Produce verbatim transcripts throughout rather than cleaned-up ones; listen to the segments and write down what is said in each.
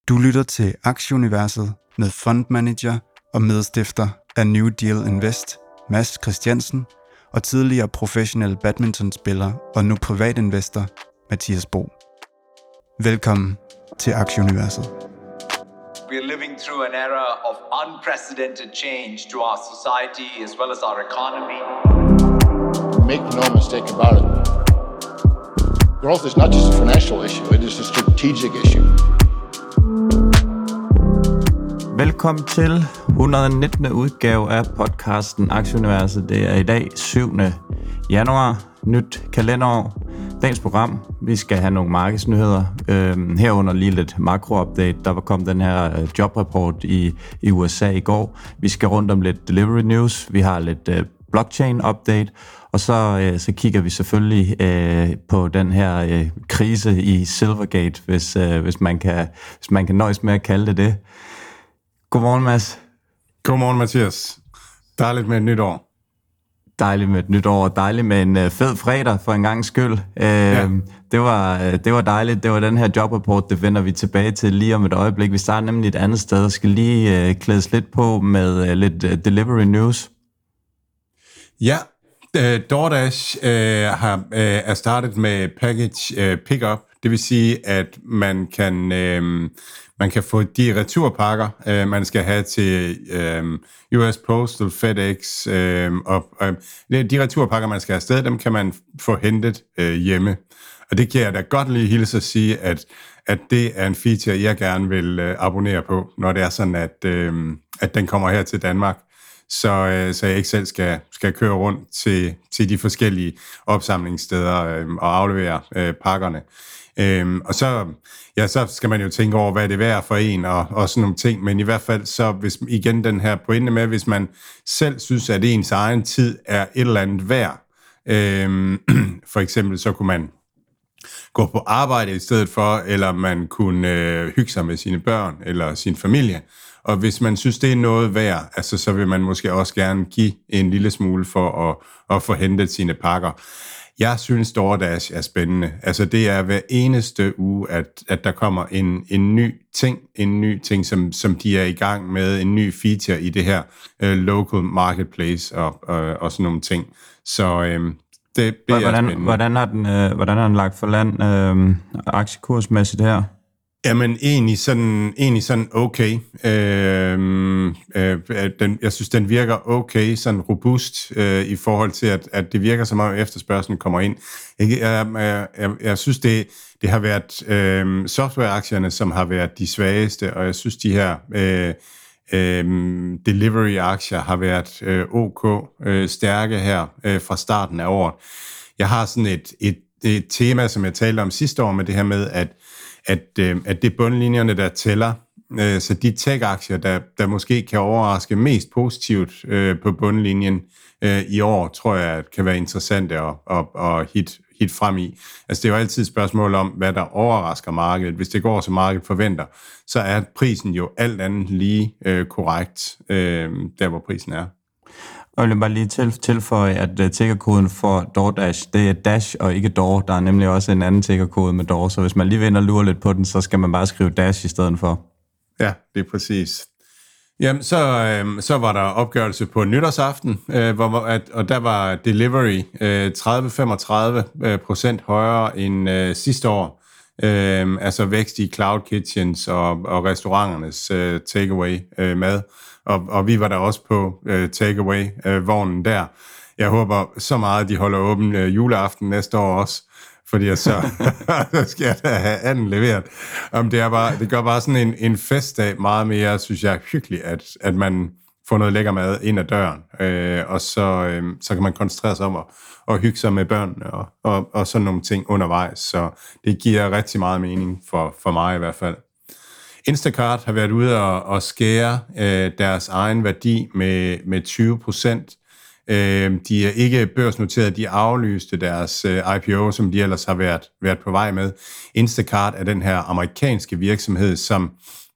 Du lytter til Aktieuniverset med fondmanager og medstifter af New Deal Invest, Mads Christiansen, og tidligere professionel badmintonspiller og nu privatinvestor, Mathias Bo. Velkommen til Aktieuniverset. We are living through an era of unprecedented change to our society as well as our economy. Make no mistake about it. Growth is not just a financial issue, it is a strategic issue. Velkommen til et hundrede og nitten. udgave af podcasten Aktieuniverset. Det er i dag syvende januar, nyt kalenderår. Dagens program, vi skal have nogle markedsnyheder, øh, herunder lige lidt makro-update. Der var kommet den her øh, jobrapport i, i U S A i går. Vi skal rundt om lidt delivery news, vi har lidt øh, blockchain-update, og så, øh, så kigger vi selvfølgelig øh, på den her øh, krise i Silvergate, hvis, øh, hvis, man kan, hvis man kan nøjes med at kalde det det. Godmorgen, Mads. Godmorgen, Mathias. Dejligt med et nyt år. Dejligt med et nyt år, og dejligt med en uh, fed fredag for en gang skyld. Uh, ja. det, var, uh, det var dejligt. Det var den her jobrapport, det vender vi tilbage til lige om et øjeblik. Vi starter nemlig et andet sted og skal lige uh, klædes lidt på med uh, lidt uh, delivery news. Ja, uh, DoorDash uh, har, uh, er startet med package uh, pickup. Det vil sige, at man kan... Uh, Man kan få de returpakker, øh, man skal have til øh, U S Postal, FedEx, øh, og øh, de returpakker, man skal have afsted, dem kan man få hentet øh, hjemme. Og det kan jeg da godt lige hilse at sige, at, at det er en feature, jeg gerne vil øh, abonnere på, når det er sådan, at, øh, at den kommer her til Danmark, så, øh, så jeg ikke selv skal, skal køre rundt til, til de forskellige opsamlingssteder øh, og aflevere øh, pakkerne. Øhm, og så, ja, så skal man jo tænke over, hvad det er værd for en, og, og sådan nogle ting, men i hvert fald så, hvis igen den her pointe med, hvis man selv synes, at ens egen tid er et eller andet værd, øhm, for eksempel så kunne man gå på arbejde i stedet for, eller man kunne øh, hygge sig med sine børn, eller sin familie, og hvis man synes, det er noget værd, altså, så vil man måske også gerne give en lille smule for at, at få hentet sine pakker. Jeg synes, DoorDash er spændende. Altså, det er hver eneste uge, at, at der kommer en, en ny ting, en ny ting, som, som de er i gang med, en ny feature i det her uh, local marketplace og, og, og sådan nogle ting. Så øhm, det, det er hvordan, spændende. Hvordan har den, øh, hvordan har den lagt for land øh, aktiekursmæssigt her? Jamen, egentlig sådan, egentlig sådan okay. Øh, øh, den, jeg synes, den virker okay, sådan robust øh, i forhold til, at, at det virker som om efterspørgselen kommer ind. Jeg, jeg, jeg, jeg synes, det, det har været øh, softwareaktierne, som har været de svageste, og jeg synes, de her øh, øh, delivery-aktier har været øh, ok øh, stærke her øh, fra starten af året. Jeg har sådan et, et, et tema, som jeg talte om sidste år, med det her med, at At, øh, at det er bundlinjerne, der tæller. Øh, så de tech-aktier, der, der måske kan overraske mest positivt øh, på bundlinjen øh, i år, tror jeg, at kan være interessante at, at, at hit, hit frem i. Altså, det er jo altid et spørgsmål om, hvad der overrasker markedet. Hvis det går, som markedet forventer, så er prisen jo alt andet lige øh, korrekt, øh, der hvor prisen er. Og jeg vil bare lige til, tilføje, at uh, tickerkoden for DoorDash, det er Dash og ikke Door. Der er nemlig også en anden tickerkode med Door, så hvis man lige vil ind og lure lidt på den, så skal man bare skrive Dash i stedet for. Ja, det er præcis. Jamen, så, øh, så var der opgørelse på nytårsaften, øh, hvor, at, og der var delivery øh, tredive til femogtredive procent højere end øh, sidste år. Øh, altså vækst i cloud kitchens og, og restauranternes øh, takeaway øh, mad. Og, og vi var der også på øh, takeaway-vognen øh, der. Jeg håber så meget, at de holder åben øh, juleaften næste år også, fordi så, så skal jeg da have anden leveret. Om det, er bare, det gør bare sådan en, en festdag meget mere, synes jeg, hyggeligt, at, at man får noget lækker mad ind ad døren, øh, og så, øh, så kan man koncentrere sig om at, at hygge sig med børnene og, og, og sådan nogle ting undervejs. Så det giver rigtig meget mening for, for mig i hvert fald. Instacart har været ude og, og skære øh, deres egen værdi med, med tyve procent. Øh, de er ikke børsnoteret, de aflyste deres øh, I P O, som de ellers har været, været på vej med. Instacart er den her amerikanske virksomhed, som,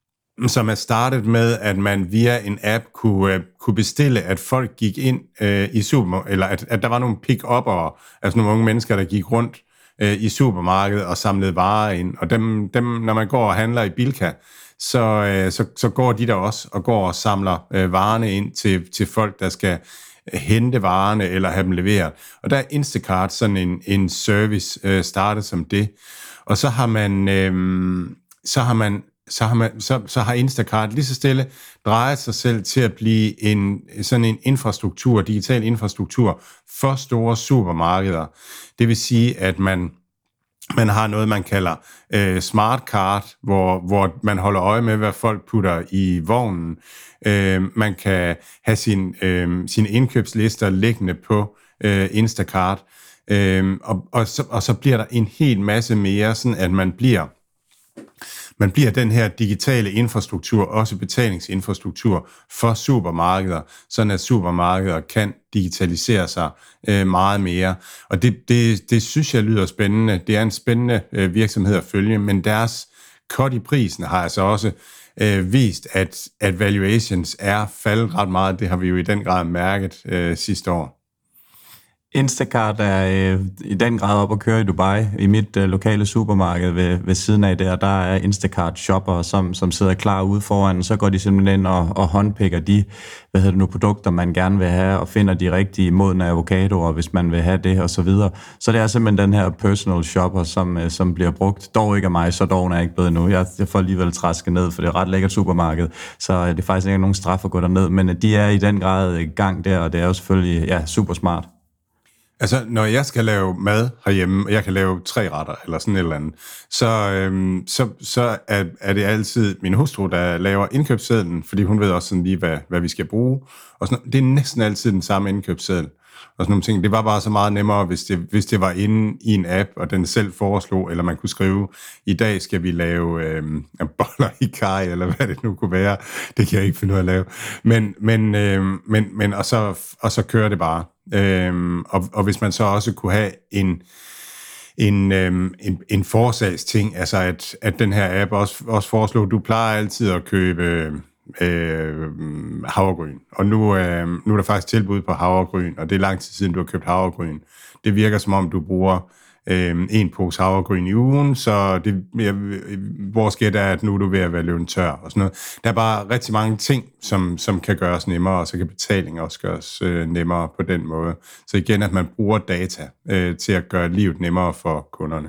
som er startet med, at man via en app kunne, øh, kunne bestille, at folk gik ind øh, i supermarkedet, eller at, at der var nogle pick-up'ere, altså nogle unge mennesker, der gik rundt øh, i supermarkedet og samlede varer ind. Og dem, dem, når man går og handler i Bilka, så, øh, så, så går de der også og går og samler øh, varerne ind til, til folk, der skal hente varerne eller have dem leveret. Og der er Instacart sådan en, en service øh, startet som det. Og så har man, øh, så har man Så har, man, så, så har Instacart lige så stille drejet sig selv til at blive en, sådan en infrastruktur, digital infrastruktur for store supermarkeder. Det vil sige, at man, man har noget, man kalder øh, smart cart, hvor, hvor man holder øje med, hvad folk putter i vognen. Øh, man kan have sin, øh, sine indkøbslister liggende på øh, Instacart, øh, og, og, så, og så bliver der en hel masse mere, sådan at man bliver Man bliver den her digitale infrastruktur, også betalingsinfrastruktur for supermarkeder, sådan at supermarkeder kan digitalisere sig øh, meget mere. Og det, det, det synes jeg lyder spændende. Det er en spændende øh, virksomhed at følge, men deres cut i prisen har altså også øh, vist, at, at valuations er faldet ret meget. Det har vi jo i den grad mærket øh, sidste år. Instacart er øh, i den grad op at køre i Dubai. I mit øh, lokale supermarked ved, ved siden af der, der er Instacart shopper, som, som sidder klar ude foran. Så går de simpelthen ind og, og håndpikker de hvad hedder det nu, produkter, man gerne vil have, og finder de rigtige modne avocadoer, hvis man vil have det, og så videre. Så det er simpelthen den her personal shopper, som, øh, som bliver brugt. Dog ikke af mig, så dog er jeg ikke blevet nu. Jeg, jeg får alligevel træsket ned, for det er et ret lækkert supermarked, så øh, det er faktisk ikke nogen straf at gå derned. Men øh, de er i den grad i gang der, og det er jo selvfølgelig ja, super smart. Altså, når jeg skal lave mad herhjemme, og jeg kan lave tre retter, eller sådan et eller andet, så, øhm, så, så er, er det altid min hustru, der laver indkøbssedlen, fordi hun ved også sådan lige, hvad, hvad vi skal bruge. Og sådan, det er næsten altid den samme indkøbsseddel. Og sådan nogle ting. Det var bare så meget nemmere, hvis det, hvis det var inde i en app, og den selv foreslog, eller man kunne skrive, i dag skal vi lave øhm, boller i kaj, eller hvad det nu kunne være. Det kan jeg ikke finde ud af at lave. Men, men, øhm, men, men og, så, og så kører det bare. Øhm, og, og hvis man så også kunne have en, en, øhm, en, en forsagsting, altså at, at den her app også, også foreslår, du plejer altid at købe øh, havregryn, og nu, øh, nu er der faktisk tilbud på havregryn, og det er lang tid siden, du har købt havregryn. Det virker som om, du bruger øh, en pose havregryn i ugen, så det, jeg, vores gæt er, at nu er du ved at være løbet tør, og sådan noget. Der er bare rigtig mange ting, som, som kan gøres nemmere, og så kan betaling også gøres øh, nemmere på den måde. Så igen, at man bruger data øh, til at gøre livet nemmere for kunderne.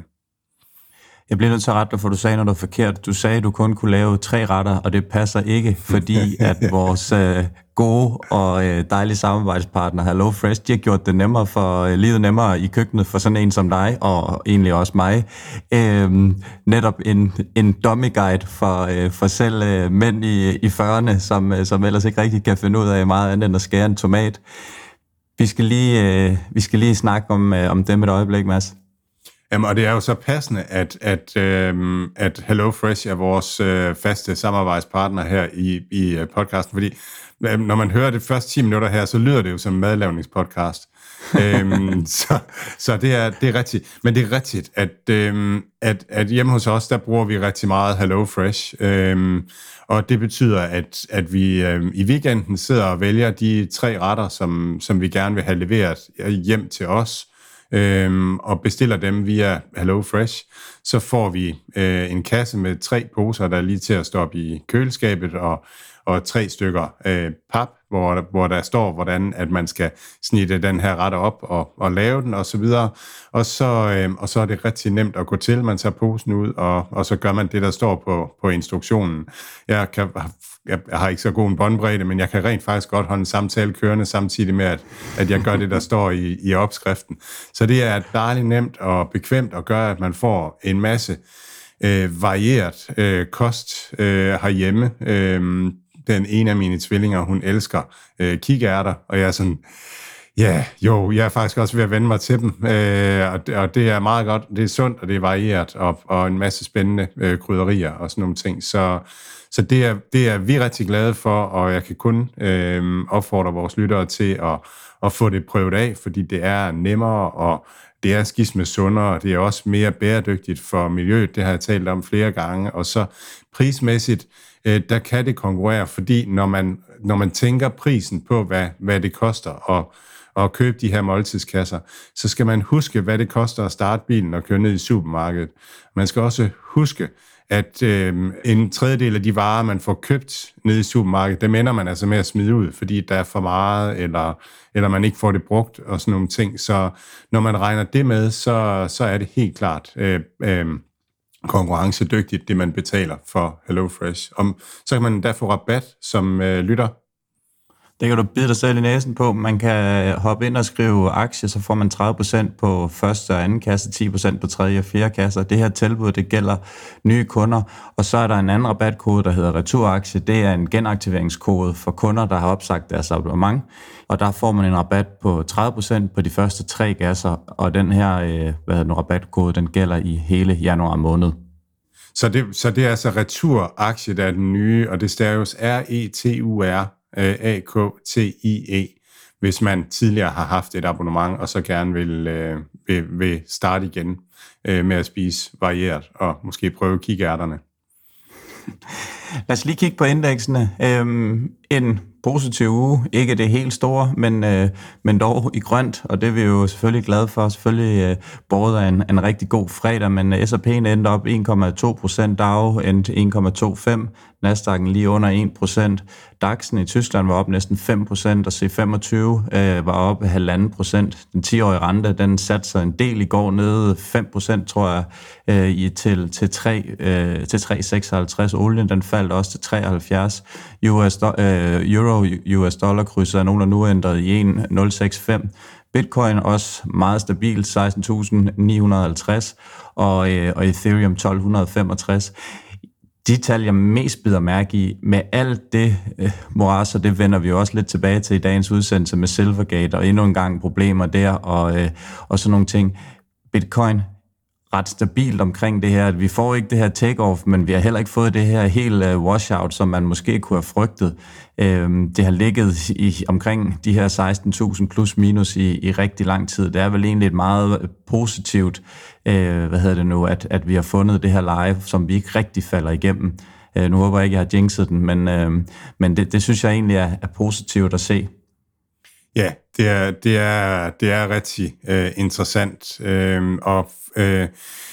Jeg bliver nødt til at rette dig, for du sagde noget forkert. Du sagde, at du kun kunne lave tre retter, og det passer ikke, fordi at vores øh, gode og øh, dejlige samarbejdspartner HelloFresh, de har gjort det nemmere for øh, livet nemmere i køkkenet for sådan en som dig, og egentlig også mig. Øh, netop en, en dummy guide for, øh, for selv øh, mænd i, i fyrrerne, som, øh, som ellers ikke rigtig kan finde ud af meget andet end at skære en tomat. Vi skal lige, øh, vi skal lige snakke om, øh, om dem et øjeblik, Mads. Jamen, og det er jo så passende, at, at, øhm, at HelloFresh er vores øh, faste samarbejdspartner her i, i podcasten, fordi øh, når man hører det første ti minutter her, så lyder det jo som en madlavningspodcast. øhm, så så det, er, det er rigtigt. Men det er rigtigt, at, øhm, at, at hjemme hos os, der bruger vi rigtig meget HelloFresh, øhm, og det betyder, at, at vi øhm, i weekenden sidder og vælger de tre retter, som, som vi gerne vil have leveret hjem til os, Øhm, og bestiller dem via HelloFresh, så får vi øh, en kasse med tre poser, der er lige til at stoppe i køleskabet, og, og tre stykker øh, pap, hvor der, hvor der står, hvordan at man skal snitte den her ret op og, og lave den, og så videre. Og så, øh, og så er det rigtig nemt at gå til. Man tager posen ud, og, og så gør man det, der står på, på instruktionen. Jeg, kan, jeg har ikke så god en båndbredde, men jeg kan rent faktisk godt holde en samtale kørende, samtidig med, at, at jeg gør det, der står i, i opskriften. Så det er dejligt nemt og bekvemt at gøre, at man får en masse øh, varieret øh, kost øh, herhjemme. Øh, Den ene af mine tvillinger, hun elsker øh, kikærter, og jeg er sådan, ja, yeah, jo, jeg er faktisk også ved at vende mig til dem, øh, og, og det er meget godt, det er sundt, og det er varieret, og, og en masse spændende øh, krydderier og sådan nogle ting, så, så det, er, det er vi rigtig glade for, og jeg kan kun øh, opfordre vores lyttere til at, at få det prøvet af, fordi det er nemmere, og det er skisme sundere, det er også mere bæredygtigt for miljøet, det har jeg talt om flere gange, og så prismæssigt, der kan det konkurrere, fordi når man, når man tænker prisen på, hvad, hvad det koster at, at købe de her måltidskasser, så skal man huske, hvad det koster at starte bilen og køre ned i supermarkedet. Man skal også huske, at øh, en tredjedel af de varer, man får købt nede i supermarkedet, dem ender man altså med at smide ud, fordi der er for meget, eller, eller man ikke får det brugt, og sådan nogle ting. Så når man regner det med, så, så er det helt klart øh, øh, konkurrencedygtigt, det man betaler for HelloFresh. Om, så kan man da få rabat som øh, lytter. Det kan du bide dig selv i næsen på. Man kan hoppe ind og skrive aktie, så får man tredive procent på første og anden kasse, ti procent på tredje og fjerde kasse. Det her tilbud, det gælder nye kunder. Og så er der en anden rabatkode, der hedder returaktie. Det er en genaktiveringskode for kunder, der har opsagt deres abonnement. Og der får man en rabat på tredive procent på de første tre gasser. Og den her hvad hedder den, rabatkode, den gælder i hele januar måned. Så det, så det er altså returaktie, der er den nye, og det staves R E T U R A K T I E, hvis man tidligere har haft et abonnement, og så gerne vil, øh, vil, vil starte igen øh, med at spise varieret, og måske prøve kikærterne. Lad os lige kigge på indeksene. Øhm, en positiv uge, ikke det helt store, men, øh, men dog i grønt, og det er vi jo selvfølgelig glade for. Selvfølgelig øh, båret af en, en rigtig god fredag, men øh, S og P'en endte op en komma to procent, Dow endte en komma toogtyve, Nasdaq'en lige under en procent, DAX'en i Tyskland var op næsten fem procent, og C femogtyve øh, var op halvanden procent. Den ti-årige rente, den satte sig en del i går nede fem procent, tror jeg, øh, i, til, til, tre, øh, til tre komma seksoghalvtreds. Olien, den faldt også til treoghalvfjerds. U S, øh, Euro U S dollar krydser er nogenlunde nu ændret i en komma nul seks fem. Bitcoin også meget stabil, seksten tusind ni hundrede og halvtreds, og, øh, og Ethereum tolv femogtres. De tal, jeg mest bider mærke i, med alt det øh, moras, og det vender vi jo også lidt tilbage til i dagens udsendelse med Silvergate, og endnu en gang problemer der, og, øh, og sådan nogle ting. Bitcoin ret stabilt omkring det her, at vi får ikke det her take-off, men vi har heller ikke fået det her helt uh, washout, som man måske kunne have frygtet. Øhm, det har ligget i, omkring de her seksten tusind plus minus i, i rigtig lang tid. Det er vel egentlig et meget positivt, øh, hvad hedder det nu, at, at vi har fundet det her leje, som vi ikke rigtig falder igennem. Øh, nu håber jeg ikke, jeg har jinxet den, men, øh, men det, det synes jeg egentlig er, er positivt at se. Ja, det er, det er, det er rigtig øh, interessant, øh, og øh,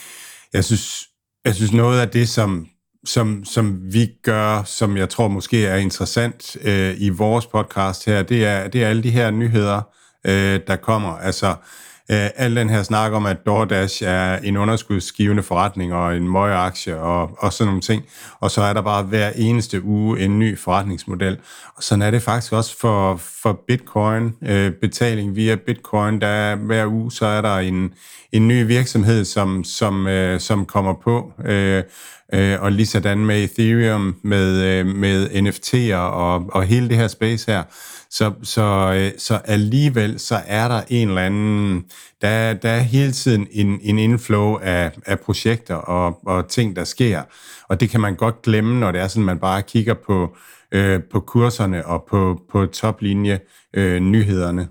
jeg synes, jeg synes noget af det, som, som, som vi gør, som jeg tror måske er interessant øh, i vores podcast her, det er, det er alle de her nyheder, øh, der kommer. Altså, øh, al den her snak om, at DoorDash er en underskudsgivende forretning og en møgeaktie og, og sådan nogle ting, og så er der bare hver eneste uge en ny forretningsmodel. Og sådan er det faktisk også for, for Bitcoin, øh, betaling via Bitcoin. Der er, hver uge så er der en, en ny virksomhed, som, som, øh, som kommer på, øh, øh, og lige sådan med Ethereum, med, øh, med N F T'er og, og hele det her space her. Så, så, øh, så alligevel så er der en eller anden, der, der er hele tiden en, en inflow af, af projekter og, og ting, der sker. Og det kan man godt glemme, når det er sådan, man bare kigger på, øh, på kurserne og på, på toplinje øh, nyhederne.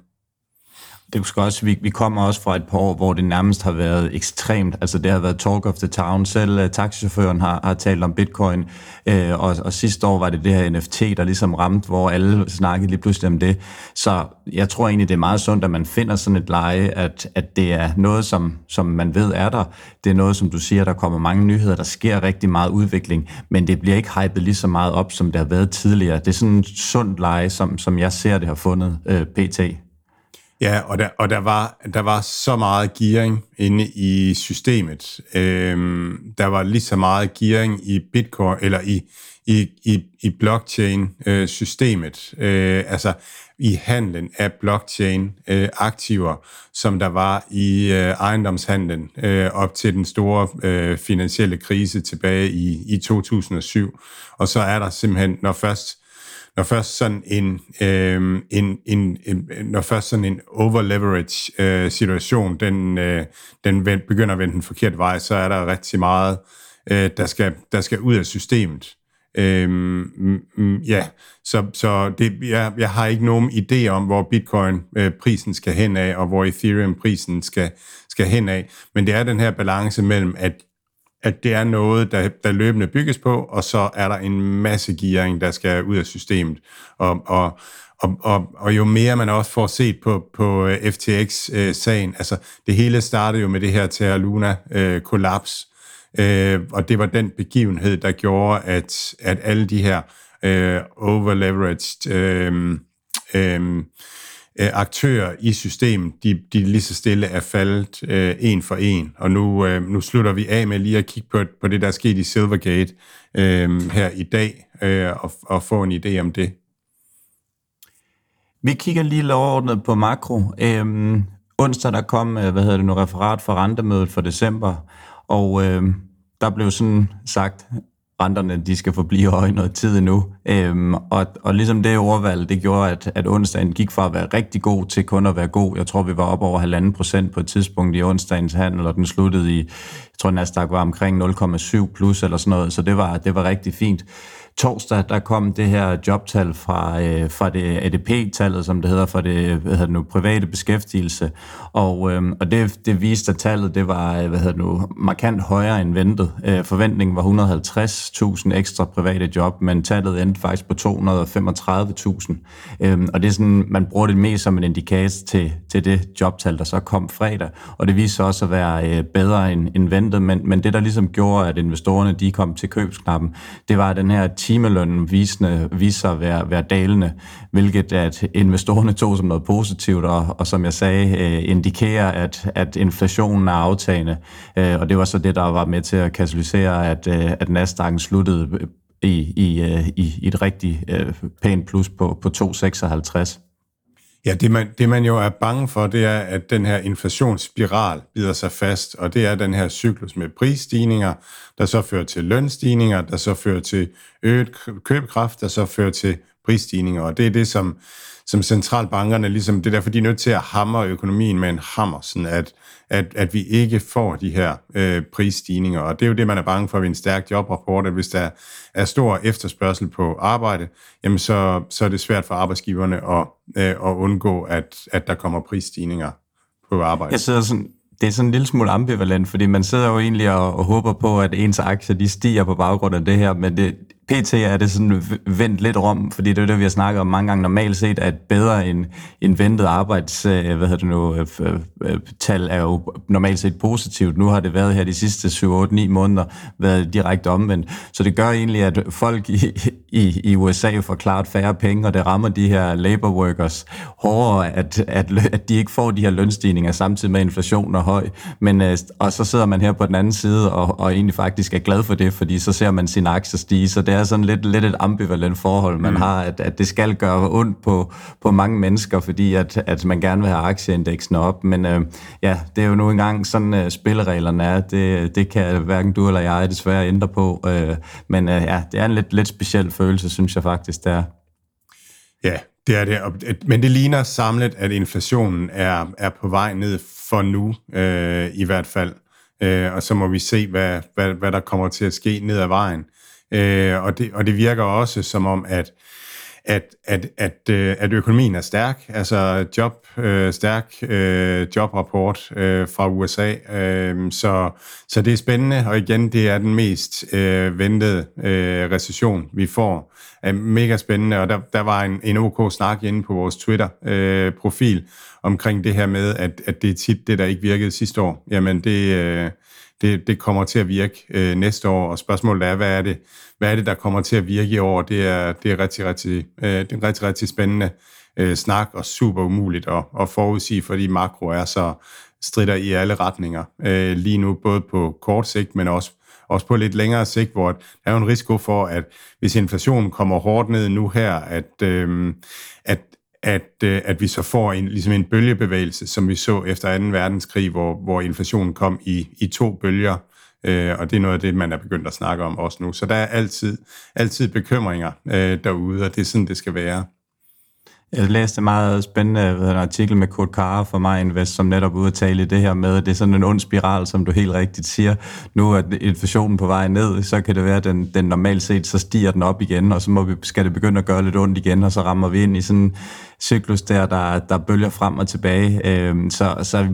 Det skal også, vi, vi kommer også fra et par år, hvor det nærmest har været ekstremt. Altså det har været talk of the town. Selv uh, taxichaufføren har, har talt om Bitcoin, uh, og, og sidste år var det det her N F T, der ligesom ramte, hvor alle snakkede lige pludselig om det. Så jeg tror egentlig, det er meget sundt, at man finder sådan et leje, at, at det er noget, som, som man ved er der. Det er noget, som du siger, der kommer mange nyheder, der sker rigtig meget udvikling, men det bliver ikke hypet lige så meget op, som det har været tidligere. Det er sådan et sundt leje, som, som jeg ser, det har fundet uh, P T. Ja, og der, og der var der var så meget gearing inde i systemet. Øhm, der var lige så meget gearing i Bitcoin eller i i i, i blockchain øh, systemet. Øh, altså i handlen af blockchain øh, aktiver, som der var i øh, ejendomshandlen øh, op til den store øh, finansielle krise tilbage i i to tusind og syv. Og så er der simpelthen, når først Når først sådan en, øh, en, en, en når først sådan en overleverage øh, situation, den, øh, den begynder at vende den forkerte vej, så er der rigtig meget, øh, der skal der skal ud af systemet. Øh, mm, ja, så så det, jeg, jeg har ikke nogen idé om, hvor Bitcoin øh, prisen skal hen af, og hvor Ethereum prisen skal skal hen af. Men det er den her balance mellem at at det er noget, der, der løbende bygges på, og så er der en masse gearing, der skal ud af systemet. Og, og, og, og, og jo mere man også får set på, på F T X-sagen, altså det hele startede jo med det her Terra Luna-kollaps, øh, og det var den begivenhed, der gjorde, at, at alle de her øh, overleveraged øh, øh, aktører i systemet, de, de lige så stille er faldet øh, en for en. Og nu, øh, nu slutter vi af med lige at kigge på, på det, der er sket i Silvergate øh, her i dag, øh, og, og få en idé om det. Vi kigger lige overordnet på makro. Øhm, onsdag der kom, hvad hedder det nu, referat for rentemødet for december, og øhm, der blev sådan sagt, renterne de skal forblive høje noget tid endnu. Øhm, og, og ligesom det ordvalg, det gjorde, at, at onsdagen gik fra at være rigtig god til kun at være god. Jeg tror, vi var op over halvanden procent på et tidspunkt i onsdagens handel, og den sluttede i, jeg tror Nasdaq var omkring nul komma syv plus eller sådan noget, så det var, det var rigtig fint. Torsdag, der kom det her jobtal fra, øh, fra det A D P-tallet, som det hedder, fra det, hvad hedder det nu, private beskæftigelse. Og, øh, og det, det viste, at tallet det var hvad hedder det nu, markant højere end ventet. Øh, forventningen var et hundrede og halvtreds tusind ekstra private job, men tallet endte faktisk på to hundrede og femogtredive tusind. Øh, og det er sådan, man bruger det mest som en indikator til, til det jobtal, der så kom fredag. Og det viste sig også at være øh, bedre end, end ventet, men, men det, der ligesom gjorde, at investorerne de kom til købsknappen, det var den her timelønnen visende, viser sig at være, være dalende, hvilket at investorerne tog som noget positivt, og, og som jeg sagde, øh, indikerer, at, at inflationen er aftagende. Øh, og det var så det, der var med til at katalysere, at, øh, at Nasdaq'en sluttede i, i, øh, i, i et rigtig øh, pænt plus på, på to komma seksoghalvtreds. Ja, det man, det man jo er bange for, det er, at den her inflationsspiral bider sig fast, og det er den her cyklus med prisstigninger, der så fører til lønstigninger, der så fører til øget købekraft, der så fører til prisstigninger, og det er det, som, som centralbankerne ligesom, det er derfor, de er nødt til at hamre økonomien med en hammer, sådan at, at, at vi ikke får de her øh, prisstigninger, og det er jo det, man er bange for ved en stærk jobrapport, at hvis der er stor efterspørgsel på arbejde, jamen så, så er det svært for arbejdsgiverne at, øh, at undgå, at, at der kommer prisstigninger på arbejde. Jeg sidder sådan, det er sådan en lille smule ambivalent, fordi man sidder jo egentlig og, og håber på, at ens aktier de stiger på baggrund af det her, men det P T er det sådan vendt lidt om, fordi det er det, vi har snakket om mange gange. Normalt set er et bedre end, end ventet arbejds, hvad hedder det nu, tal er jo normalt set positivt. Nu har det været her de sidste syv, otte, ni måneder været direkte omvendt. Så det gør egentlig, at folk i, i, i U S A får klart færre penge, og det rammer de her labor workers hårdere, at, at, at de ikke får de her lønstigninger samtidig med inflation og høj. Men, og så sidder man her på den anden side og, og egentlig faktisk er glad for det, fordi så ser man sin aktier stige, så det er sådan lidt, lidt et ambivalent forhold, man mm. har, at, at det skal gøre ondt på, på mange mennesker, fordi at, at man gerne vil have aktieindeksene op, men øh, ja, det er jo nu engang sådan uh, spillereglerne er, det, det kan hverken du eller jeg desværre ændre på, øh, men øh, ja, det er en lidt, lidt speciel følelse, synes jeg faktisk, det er. Ja, det er det, men det ligner samlet, at inflationen er, er på vej ned for nu, øh, i hvert fald, øh, og så må vi se, hvad, hvad, hvad der kommer til at ske ned ad vejen. Øh, og, det, og det virker også som om, at, at, at, at, at økonomien er stærk, altså job, øh, stærk øh, jobrapport øh, fra U S A, øh, så, så det er spændende, og igen, det er den mest øh, ventede øh, recession, vi får. Er mega spændende, og der, der var en, en OK snak inde på vores Twitter-profil øh, omkring det her med, at, at det er tit det, der ikke virkede sidste år. Jamen, det... Øh, Det, det kommer til at virke øh, næste år, og spørgsmålet er, hvad er det, hvad er det, der kommer til at virke i år? Det er, det er rigtig, rigtig, øh, det er en rigtig, rigtig spændende øh, snak, og super umuligt at, at forudsige, fordi makro er så stritter i alle retninger øh, lige nu, både på kort sigt, men også, også på lidt længere sigt, hvor der er jo en risiko for, at hvis inflationen kommer hårdt ned nu her, at, øh, at At, at vi så får en, ligesom en bølgebevægelse, som vi så efter anden verdenskrig, hvor, hvor inflationen kom i, i to bølger, øh, og det er noget af det, man er begyndt at snakke om også nu. Så der er altid, altid bekymringer øh, derude, og det er sådan, det skal være. Jeg læste meget spændende en artikel med Kurt Carr fra MyInvest, som netop ude at tale i det her med, at det er sådan en ond spiral, som du helt rigtigt siger. Nu er inflationen på vej ned, så kan det være, at den, den normalt set, så stiger den op igen, og så må vi, skal det begynde at gøre lidt ondt igen, og så rammer vi ind i sådan en cyklus der, der, der bølger frem og tilbage. Så, så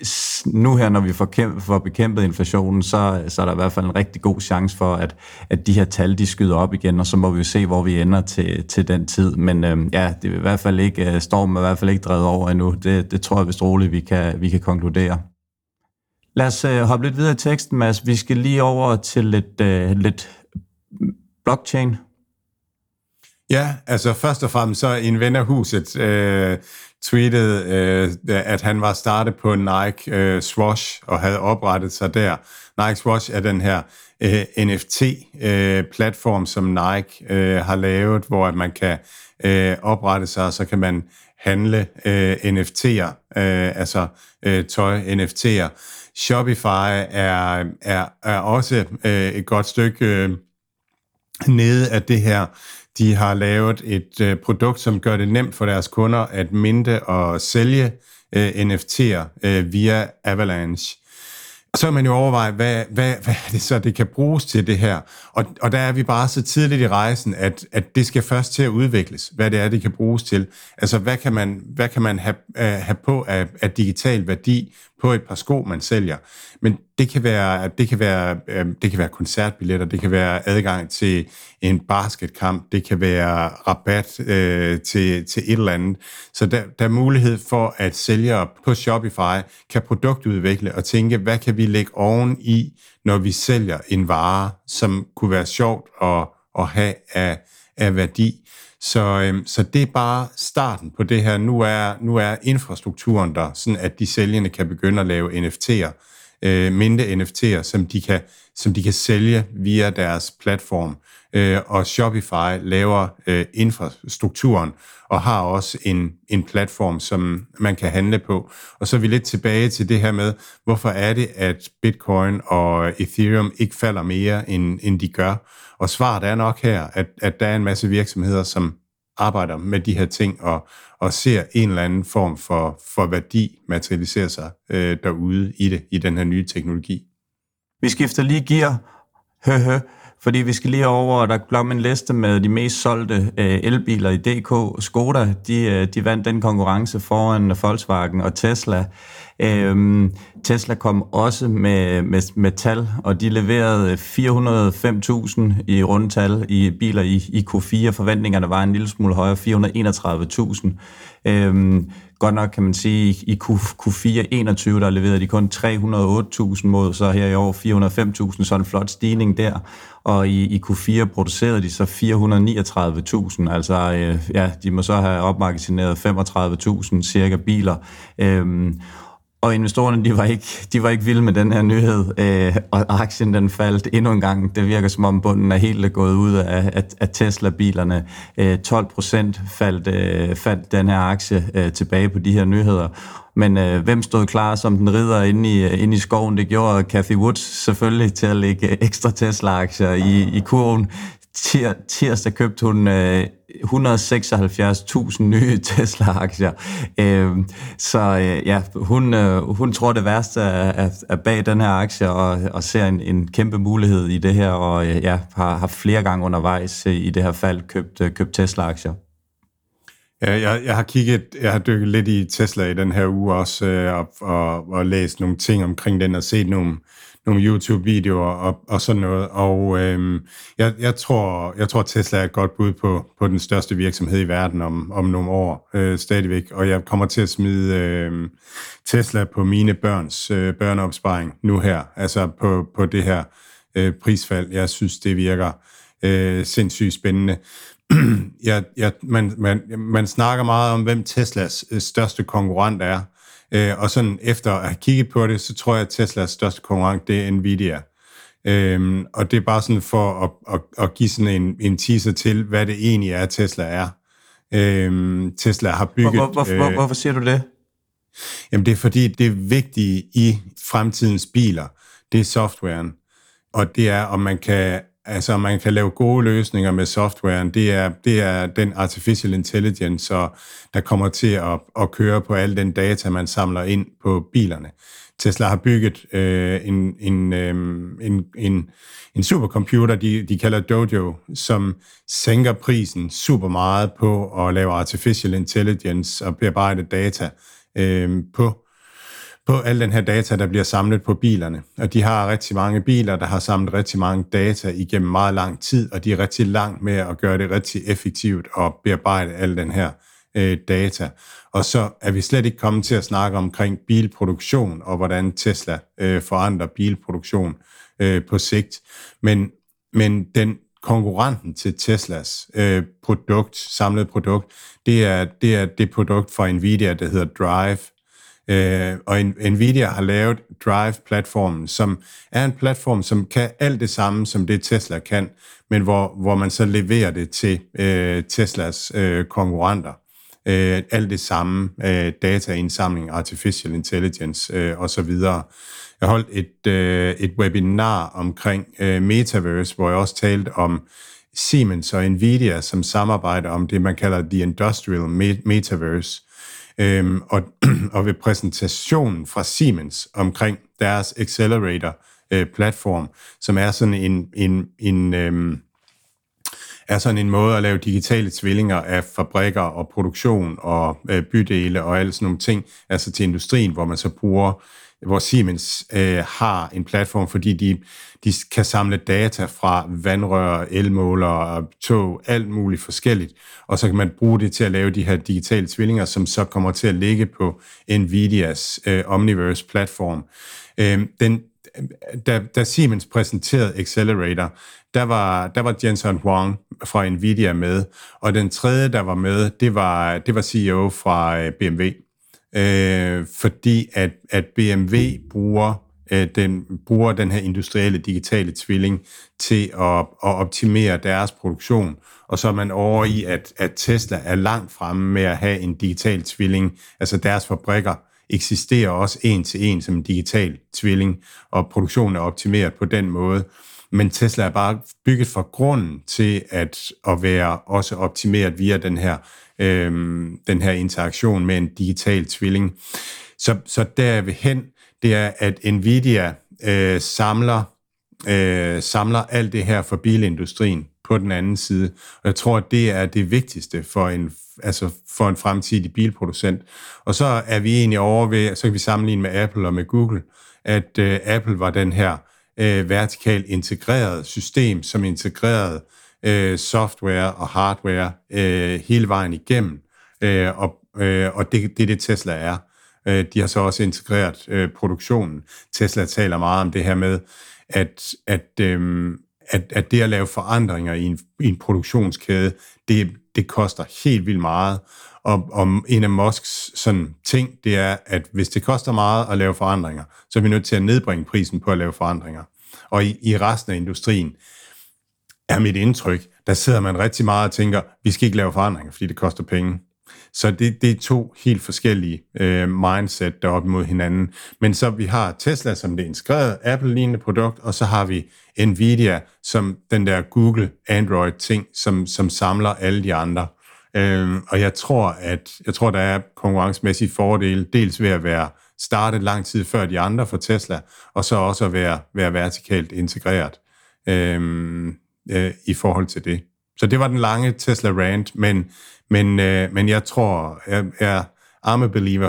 nu her, når vi får, kæmpe, får bekæmpet inflationen, så, så er der i hvert fald en rigtig god chance for, at, at de her tal, de skyder op igen, og så må vi jo se, hvor vi ender til, til den tid. Men ja, det er i hvert fald ikke, stormen er i hvert fald ikke drevet over endnu. Det, det tror jeg vist roligt, vi kan, vi kan konkludere. Lad os øh, hoppe lidt videre i teksten, Mads. Vi skal lige over til lidt, øh, lidt blockchain. Ja, altså først og fremmest så en ven af huset øh, tweetede, øh, at han var startet på Nike øh, Swash og havde oprettet sig der. Nike Swash er den her øh, N F T-platform, øh, som Nike øh, har lavet, hvor at man kan øh, oprette sig, og så kan man handle øh, N F T'er, øh, altså øh, tøj N F T'er. Shopify er, er, er også øh, et godt stykke øh, nede af det her. De har lavet et øh, produkt, som gør det nemt for deres kunder at minte og sælge øh, N F T'er øh, via Avalanche. Så kan man jo overveje, hvad, hvad, hvad er det så, det kan bruges til det her? Og, og der er vi bare så tidligt i rejsen, at, at det skal først til at udvikles, hvad det er, det kan bruges til. Altså, hvad kan man, hvad kan man have, uh, have på af, af digital værdi på et par sko, man sælger? Men det kan være, det kan være, uh, det kan være koncertbilletter, det kan være adgang til en basketkamp, det kan være rabat uh, til, til et eller andet. Så der, der er mulighed for, at sælgere på Shopify kan produktudvikle og tænke, hvad kan vi lægge oven i, når vi sælger en vare, som kunne være sjovt at, at have af, af værdi. Så, øhm, så det er bare starten på det her. Nu er, nu er infrastrukturen der, sådan at de sælgerne kan begynde at lave N F T'er, øh, mindre N F T'er, som de, kan, som de kan sælge via deres platform. Øh, og Shopify laver øh, infrastrukturen og har også en, en platform, som man kan handle på. Og så er vi lidt tilbage til det her med, hvorfor er det, at Bitcoin og Ethereum ikke falder mere, end, end de gør. Og svaret er nok her, at, at der er en masse virksomheder, som arbejder med de her ting og, og ser en eller anden form for, for værdi materialisere sig øh, derude i det, i den her nye teknologi. Vi skifter lige gear. Høhø. Fordi vi skal lige over, der blev en liste med de mest solgte øh, elbiler i D K. Skoda, de, de vandt den konkurrence foran Volkswagen og Tesla. Øhm, Tesla kom også med, med, med tal, og de leverede fire hundrede og fem tusind i rundtal i biler i, i Q fire. Forventningerne var en lille smule højere, fire hundrede og enogtredive tusind. Øhm, godt nok kan man sige, i, i Q fire enogtyve, der leverede de kun tre hundrede og otte tusind mod, så her i år fire hundrede og fem tusind, så en flot stigning der. Og i, i Q fire producerede de så fire hundrede og niogtredive tusind, altså øh, ja, de må så have opmagasineret femogtredive tusind cirka biler. Øhm, Og investorerne, de var ikke, de var ikke vilde med den her nyhed, øh, og aktien den faldt endnu en gang. Det virker som om bunden er helt gået ud af, af, af Tesla-bilerne. Øh, tolv procent faldt, øh, faldt den her aktie øh, tilbage på de her nyheder. Men øh, hvem stod klar som den ridder inde i, inde i skoven? Det gjorde Cathie Wood selvfølgelig til at lægge ekstra Tesla-aktier i, i kurven. Tir, tirsdag købte hun øh, et hundrede og seksoghalvfjerds tusind nye Tesla-aktier. Øh, så øh, ja, hun, øh, hun tror det værste er, er bag den her aktie, og, og ser en, en kæmpe mulighed i det her, og øh, ja, har, har flere gange undervejs i det her fald købt, øh, købt Tesla-aktier. Ja, jeg, jeg har kigget, jeg har dykket lidt i Tesla i den her uge også, øh, og, og, og læst nogle ting omkring den, og set nogle nogle YouTube-videoer og, og sådan noget, og øhm, jeg, jeg, tror, jeg tror, Tesla er et godt bud på, på den største virksomhed i verden om, om nogle år øh, stadigvæk, og jeg kommer til at smide øh, Tesla på mine børns øh, børneopsparing nu her, altså på, på det her øh, prisfald. Jeg synes, det virker øh, sindssygt spændende. jeg, jeg, man, man, man snakker meget om, hvem Teslas største konkurrent er, Øh, og sådan efter at have kigget på det, så tror jeg, at Teslas største konkurrent, det er Nvidia. Øhm, og det er bare sådan for at, at, at give sådan en, en teaser til, hvad det egentlig er, Tesla er. Øhm, Tesla har bygget... Hvor, hvor, hvor, øh, hvorfor siger du det? Jamen det er fordi, det vigtige i fremtidens biler, det er softwaren. Og det er, om man kan... Altså, man kan lave gode løsninger med softwaren. Det er, det er den artificial intelligence, der kommer til at, at køre på al den data, man samler ind på bilerne. Tesla har bygget øh, en, en, øh, en, en, en supercomputer, de, de kalder Dojo, som sænker prisen super meget på at lave artificial intelligence og bearbejde data øh, på på al den her data, der bliver samlet på bilerne. Og de har rigtig mange biler, der har samlet rigtig mange data igennem meget lang tid, og de er rigtig langt med at gøre det rigtig effektivt og bearbejde al den her øh, data. Og så er vi slet ikke kommet til at snakke omkring bilproduktion, og hvordan Tesla øh, forandrer bilproduktion øh, på sigt. Men, men den konkurrenten til Teslas øh, produkt, samlede produkt, det er, det er det produkt fra Nvidia, der hedder Drive. Øh, og Nvidia har lavet Drive-platformen, som er en platform, som kan alt det samme, som det Tesla kan, men hvor, hvor man så leverer det til øh, Teslas øh, konkurrenter. Øh, alt det samme, øh, dataindsamling, artificial intelligence øh, osv. Jeg holdt et, øh, et webinar omkring øh, Metaverse, hvor jeg også talte om Siemens og Nvidia, som samarbejder om det, man kalder The Industrial Metaverse. Øhm, og, og ved præsentationen fra Siemens omkring deres Accelerator-platform, øh, som er sådan en, en, en, øhm, er sådan en måde at lave digitale tvillinger af fabrikker og produktion og øh, bydele og alle sådan nogle ting, altså til industrien, hvor man så bruger, hvor Siemens øh, har en platform, fordi de, de kan samle data fra vandrør, elmålere, tog, alt muligt forskelligt, og så kan man bruge det til at lave de her digitale tvillinger, som så kommer til at ligge på Nvidias øh, Omniverse-platform. Øh, den, da, da Siemens præsenterede Accelerator, der var, der var Jensen Huang fra Nvidia med, og den tredje, der var med, det var, det var C E O fra øh, B M W. Øh, fordi at, at B M W bruger, øh, den, bruger den her industrielle digitale tvilling til at, at optimere deres produktion, og så er man over i, at, at Tesla er langt fremme med at have en digital tvilling, altså deres fabrikker eksisterer også en til en som en digital tvilling, og produktionen er optimeret på den måde. Men Tesla er bare bygget fra grunden til at, at være også optimeret via den her Øhm, den her interaktion med en digital tvilling. Så, så der er vi hen, det er, at Nvidia øh, samler, øh, samler alt det her for bilindustrien på den anden side. Og jeg tror, at det er det vigtigste for en, altså for en fremtidig bilproducent. Og så er vi egentlig over ved, så kan vi sammenligne med Apple og med Google, at øh, Apple var den her øh, vertikalt integreret system, som integrerede Øh, software og hardware øh, hele vejen igennem, øh, og, øh, og det, det er det Tesla er. Øh, de har så også integreret øh, produktionen. Tesla taler meget om det her med, at, at, øh, at, at det at lave forandringer i en, i en produktionskæde, det, det koster helt vildt meget. Og, og en af Musks sådan ting, det er, at hvis det koster meget at lave forandringer, så er vi nødt til at nedbringe prisen på at lave forandringer. Og i, i resten af industrien, er mit indtryk, der sidder man rigtig meget og tænker, vi skal ikke lave forandringer, fordi det koster penge. Så det, det er to helt forskellige øh, mindset, der er op imod hinanden. Men så vi har Tesla som det integrerede Apple-lignende produkt, og så har vi Nvidia som den der Google Android-ting, som, som samler alle de andre. Øh, og jeg tror, at jeg tror, der er konkurrencemæssige fordele, dels ved at være startet lang tid før de andre for Tesla, og så også at være, være vertikalt integreret. Øh, i forhold til det. Så det var den lange Tesla rant, men, men, øh, men jeg tror, jeg er I'm a believer.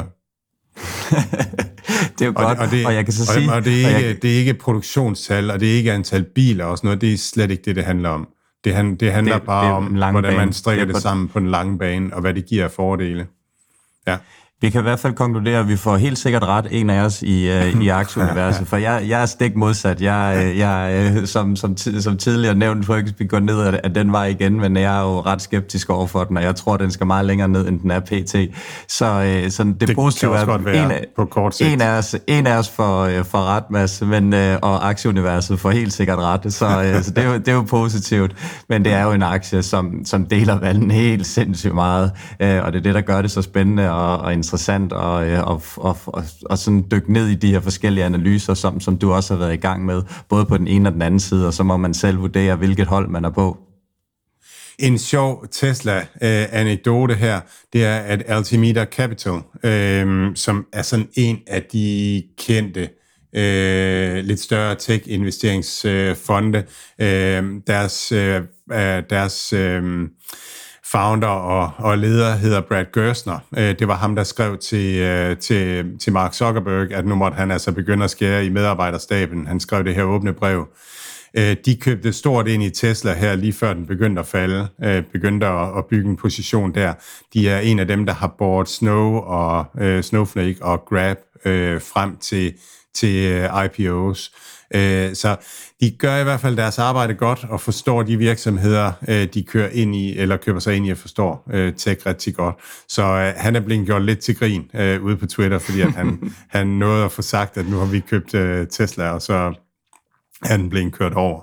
Det er jo godt, og, det, og jeg kan så og, sige... Og det er, ikke, jeg... det er ikke produktionstal, og det er ikke antal biler og sådan noget, det er slet ikke det, det handler om. Det, han, det handler det, bare det om, hvordan man strikker det, det sammen på den lange bane, og hvad det giver af fordele. Ja. Vi kan i hvert fald konkludere, at vi får helt sikkert ret, en af os i, uh, i aktieuniverset, for jeg, jeg er stik modsat. Jeg, jeg som, som, som tidligere nævnt, tror jeg ikke, vi går ned af den vej igen, men jeg er jo ret skeptisk over for den, og jeg tror, den skal meget længere ned, end den er pt. Så, uh, så det, det positive er, en af, på kort sigt. En af os, en af os får, uh, får ret, Mads, men, uh, og aktieuniverset får helt sikkert ret, så, uh, så det, er jo, det er jo positivt, men det er jo en aktie, som, som deler vandet helt sindssygt meget, uh, og det er det, der gør det så spændende og, og interessant og, og, og, og, og sådan dykke ned i de her forskellige analyser, som, som du også har været i gang med, både på den ene og den anden side, og så må man selv vurdere, hvilket hold man er på. En sjov Tesla-anekdote her, det er, at Altimeter Capital, øh, som er sådan en af de kendte, øh, lidt større tech-investeringsfonde, øh, deres, øh, deres øh, founder og, og leder hedder Brad Gerstner. Det var ham, der skrev til, til, til Mark Zuckerberg, at nu måtte han altså begynde at skære i medarbejderstaben. Han skrev det her åbne brev. Øh, de købte stort ind i Tesla her, lige før den begyndte at falde, øh, begyndte at, at bygge en position der. De er en af dem, der har båret Snow og øh, Snowflake og Grab øh, frem til, til øh, I P O's. Øh, så de gør i hvert fald deres arbejde godt og forstår de virksomheder, øh, de kører ind i, eller køber sig ind i og forstår øh, tech rigtig godt. Så øh, han er blevet gjort lidt til grin øh, ude på Twitter, fordi at han, han nåede at få sagt, at nu har vi købt øh, Tesla, og så er den blevet kørt over.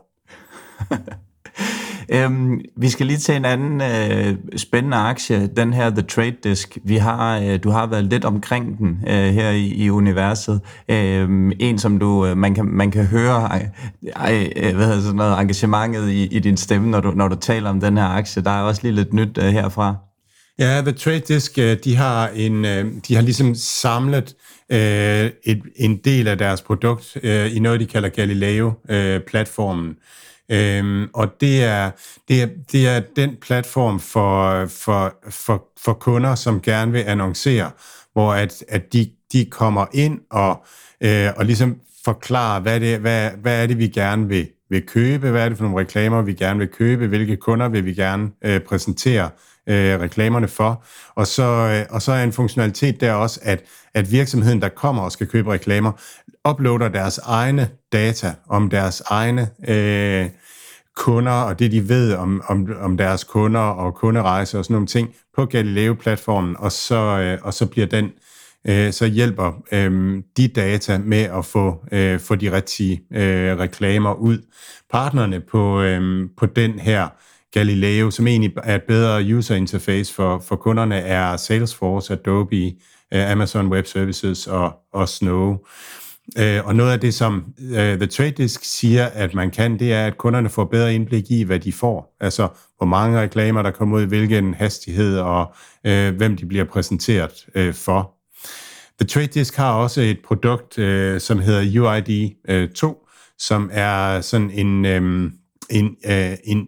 Øhm, vi skal lige til en anden øh, spændende aktie, den her The Trade Desk. Vi har, øh, du har været lidt omkring den øh, her i, i universet. Øh, en, som du øh, man kan man kan høre øh, øh, hvad hedder sådan noget, engagementet i, i din stemme, når du når du taler om den her aktie. Der er også lige lidt nyt øh, herfra. Ja, The Trade Desk, de har en, de har ligesom samlet øh, et, en del af deres produkt øh, i noget, de kalder Galileo-platformen. Øh, øhm, og det er, det, er, det er den platform for, for, for, for kunder, som gerne vil annoncere, hvor at, at de, de kommer ind og, øh, og ligesom forklarer, hvad, det, hvad, hvad er det, vi gerne vil, vil købe, hvad er det for nogle reklamer, vi gerne vil købe, hvilke kunder vil vi gerne øh, præsentere øh, reklamerne for. Og så, øh, og så er en funktionalitet der også, at, at virksomheden, der kommer og skal købe reklamer, uploader deres egne data om deres egne øh, kunder, og det de ved om, om, om deres kunder og kunderejser og sådan nogle ting på Galileo-platformen, og så, øh, og så bliver den øh, så hjælper øh, de data med at få, øh, få de rigtige øh, reklamer ud. Partnerne på, øh, på den her Galileo, som egentlig er et bedre user interface for, for kunderne, er Salesforce, Adobe, øh, Amazon Web Services og, og Snow. Øh, og noget af det, som øh, The Trade Desk siger, at man kan, det er, at kunderne får bedre indblik i, hvad de får. Altså, hvor mange reklamer, der kommer ud, hvilken hastighed, og øh, hvem de bliver præsenteret øh, for. The Trade Desk har også et produkt, øh, som hedder U I D to, som er sådan en, øh, en, øh, en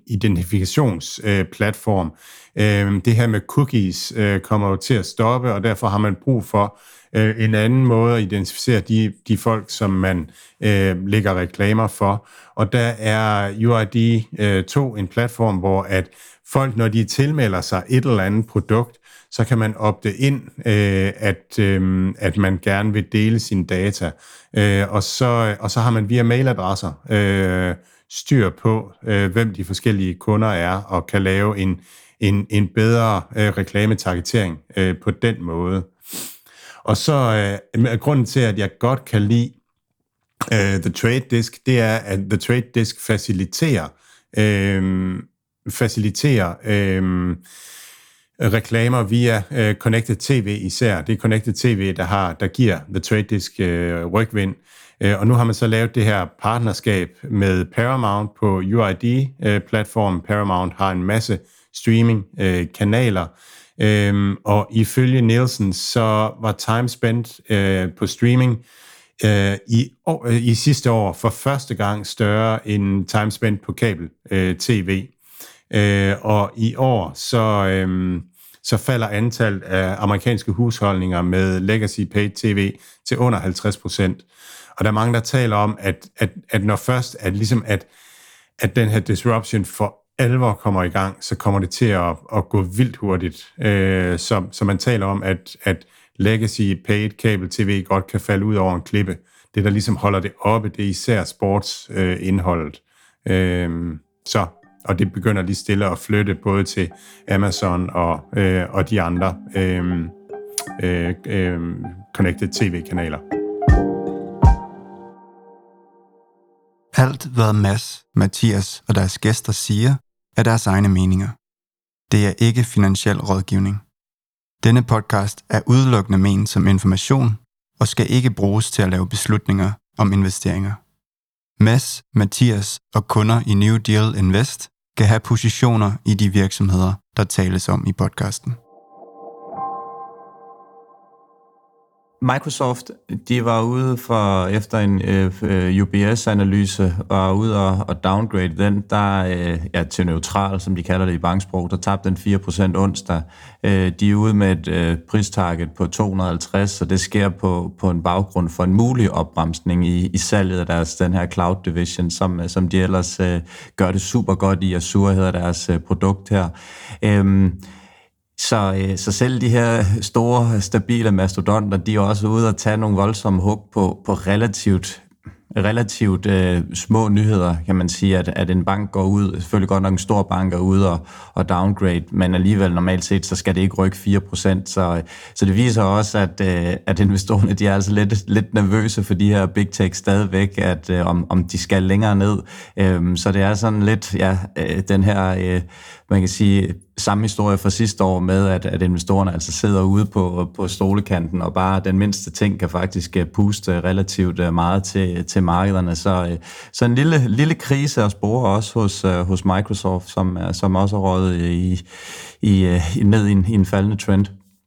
identifikationsplatform. Øh, det her med cookies øh, kommer jo til at stoppe, og derfor har man brug for øh, en anden måde at identificere de, de folk, som man øh, lægger reklamer for. Og der er U I D to en platform, hvor at folk, når de tilmelder sig et eller andet produkt, så kan man opte ind, øh, at, øh, at man gerne vil dele sine data. Øh, og, så, og så har man via mailadresser øh, styr på, øh, hvem de forskellige kunder er, og kan lave en, en, en bedre øh, reklametargetering øh, på den måde. Og så øh, grunden til, at jeg godt kan lide øh, The Trade Desk, det er, at The Trade Desk faciliterer, øh, faciliterer øh, reklamer via uh, Connected T V især. Det er Connected T V, der har der giver The Trade Desk uh, rygvind. Uh, og nu har man så lavet det her partnerskab med Paramount på U I D-platformen. Uh, Paramount har en masse streaming-kanaler. Uh, um, og ifølge Nielsen, så var time spent uh, på streaming uh, i, uh, i sidste år for første gang større end time spent på kabel-T V. Uh, og i år, så, um, så falder antallet af amerikanske husholdninger med legacy paid T V til under halvtreds procent. Og der er mange, der taler om, at, at, at når først, at, ligesom at, at den her disruption for alvor kommer i gang, så kommer det til at, at gå vildt hurtigt. Uh, så, så man taler om, at, at legacy paid kabel T V godt kan falde ud over en klippe. Det, der ligesom holder det oppe, det er især sportsindholdet. Uh, uh, så... Og det begynder lige stille at flytte både til Amazon og, øh, og de andre øh, øh, øh, connected T V-kanaler. Alt, hvad Mads, Mathias og deres gæster siger, er deres egne meninger. Det er ikke finansiel rådgivning. Denne podcast er udelukkende ment som information og skal ikke bruges til at lave beslutninger om investeringer. Mads, Mathias og kunder i New Deal Invest kan have positioner i de virksomheder, der tales om i podcasten. Microsoft, de var ude for, efter en øh, U B S-analyse, og ude og, og downgrade den, der øh, ja, til neutral, som de kalder det i banksprog, der tabte den fire procent onsdag. Øh, de er ude med et øh, pristarget på to hundrede og halvtreds, så det sker på, på en baggrund for en mulig opbremsning i, i salget af deres, den her cloud division, som, som de ellers øh, gør det super godt i. Azure hedder deres øh, produkt her. Øh, Så, så selv de her store, stabile mastodonter, de er også ude at tage nogle voldsomme hug på, på relativt, relativt øh, små nyheder, kan man sige, at, at en bank går ud, selvfølgelig godt nok en stor bank er ude og, og downgrade, men alligevel normalt set, så skal det ikke rykke fire procent. Så, så det viser også, at, øh, at investorerne, de er altså lidt, lidt nervøse for de her big tech stadigvæk, at øh, om, om de skal længere ned. Øh, så det er sådan lidt, ja, øh, den her, øh, man kan sige, samme historie fra sidste år med, at, at investorerne altså sidder ude på, på stolekanten, og bare den mindste ting kan faktisk puste relativt meget til, til markederne. Så, så en lille, lille krise at spore også hos, hos Microsoft, som, som også er røget i, i, i, ned i en, i en faldende trend.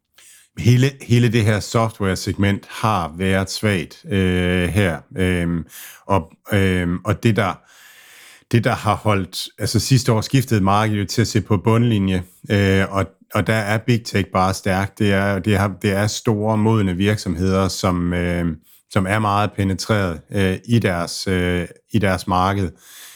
Hele, hele det her software-segment har været svagt øh, her, øh, og, øh, og det der Det, der har holdt, altså sidste år skiftede markedet til at se på bundlinje, øh, og, og der er Big Tech bare stærkt. Det er, det er, det er store, modne virksomheder, som, øh, som er meget penetreret øh, i, deres, øh, i deres marked.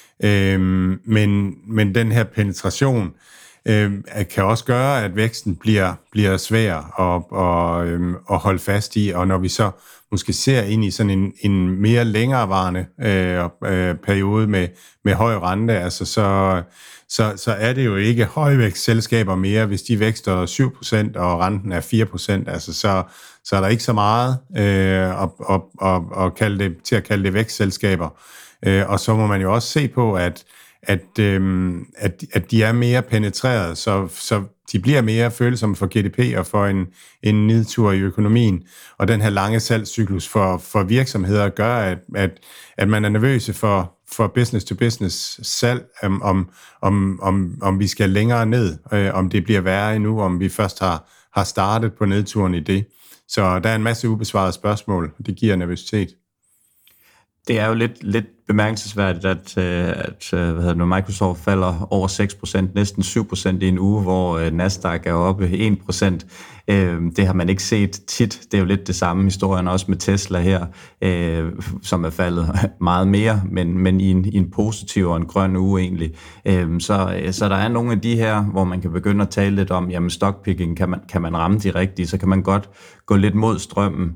Øh, men, men den her penetration øh, kan også gøre, at væksten bliver, bliver svær at, og, øh, at holde fast i, og når vi så måske ser ind i sådan en, en mere længerevarende øh, øh, periode med, med høj rente, altså så, så, så er det jo ikke højvækstselskaber mere, hvis de vækster syv procent og renten er fire procent, altså så, så er der ikke så meget øh, at, at, at, at kalde det, til at kalde det vækstselskaber. Øh, og så må man jo også se på, at At, øhm, at, at de er mere penetreret, så, så de bliver mere følsomme for G D P og for en, en nedtur i økonomien. Og den her lange salgscyklus for, for virksomheder gør, at, at, at man er nervøse for, for business-to-business salg, om, om, om, om, om vi skal længere ned, øh, om det bliver værre endnu, om vi først har, har startet på nedturen i det. Så der er en masse ubesvarede spørgsmål, og det giver nervøsitet. Det er jo lidt, lidt bemærkelsesværdigt, at, at hvad hedder det, Microsoft falder over seks procent, næsten syv procent i en uge, hvor Nasdaq er oppe en procent. Det har man ikke set tit. Det er jo lidt det samme historien også med Tesla her, som er faldet meget mere, men, men i, en, i en positiv og en grøn uge egentlig. Så, så der er nogle af de her, hvor man kan begynde at tale lidt om, jamen stockpicking, kan man, kan man ramme de rigtige, så kan man godt gå lidt mod strømmen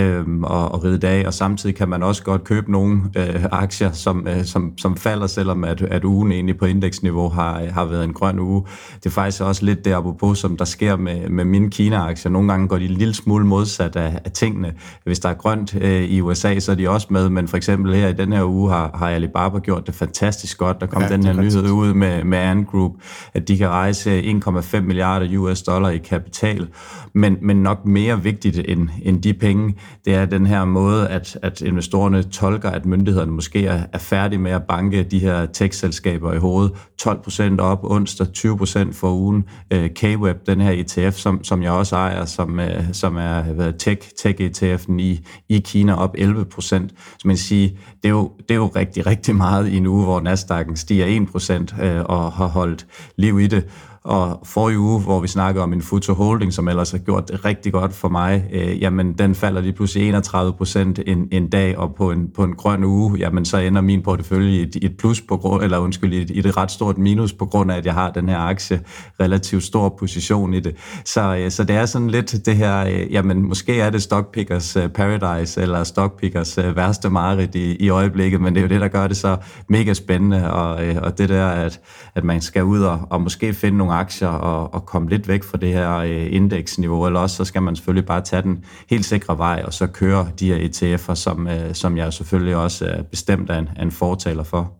og, og ride af, og samtidig kan man også godt købe nogle øh, aktier, som, øh, som, som falder, selvom at, at ugen egentlig på indeksniveau har, har været en grøn uge. Det er faktisk også lidt det apropos, som der sker med, med mine Kina-aktier. Nogle gange går de en lille smule modsat af, af tingene. Hvis der er grønt øh, i U S A, så er de også med, men for eksempel her i den her uge har, har Alibaba gjort det fantastisk godt. Der kom ja, den her nyhed ud med, med Ant Group, at de kan rejse en komma fem milliarder U S dollar i kapital, men, men nok mere vigtigt end, end de penge, det er den her måde, at, at investorerne tolker, at myndighederne måske er, er færdige med at banke de her tech-selskaber i hovedet. tolv procent op onsdag, tyve procent for ugen. K-Web, den her E T F, som, som jeg også ejer, som, som er tech, tech-E T F'en i, i Kina op elleve procent. Så man siger, det er, jo, det er jo rigtig, rigtig meget i en uge, hvor Nasdaq'en stiger en procent og har holdt liv i det. Og forrige uge, hvor vi snakker om en Future Holding, som ellers har gjort det rigtig godt for mig, øh, jamen den falder lige pludselig enogtredive procent en, en dag, og på en, på en grøn uge, jamen så ender min portefølje i et, et plus på grund, eller undskyld, i et, et ret stort minus på grund af, at jeg har den her aktie, relativt stor position i det. Så, øh, så det er sådan lidt det her, øh, jamen måske er det Stockpickers øh, Paradise, eller Stockpickers øh, værste mareridt i, i øjeblikket, men det er jo det, der gør det så mega spændende, og, øh, og det der, at, at man skal ud og, og måske finde nogle aktier og, og komme lidt væk fra det her øh, indeksniveau, eller også så skal man selvfølgelig bare tage den helt sikre vej, og så køre de her E T F'er, som, øh, som jeg selvfølgelig også er bestemt af en, af en fortaler for.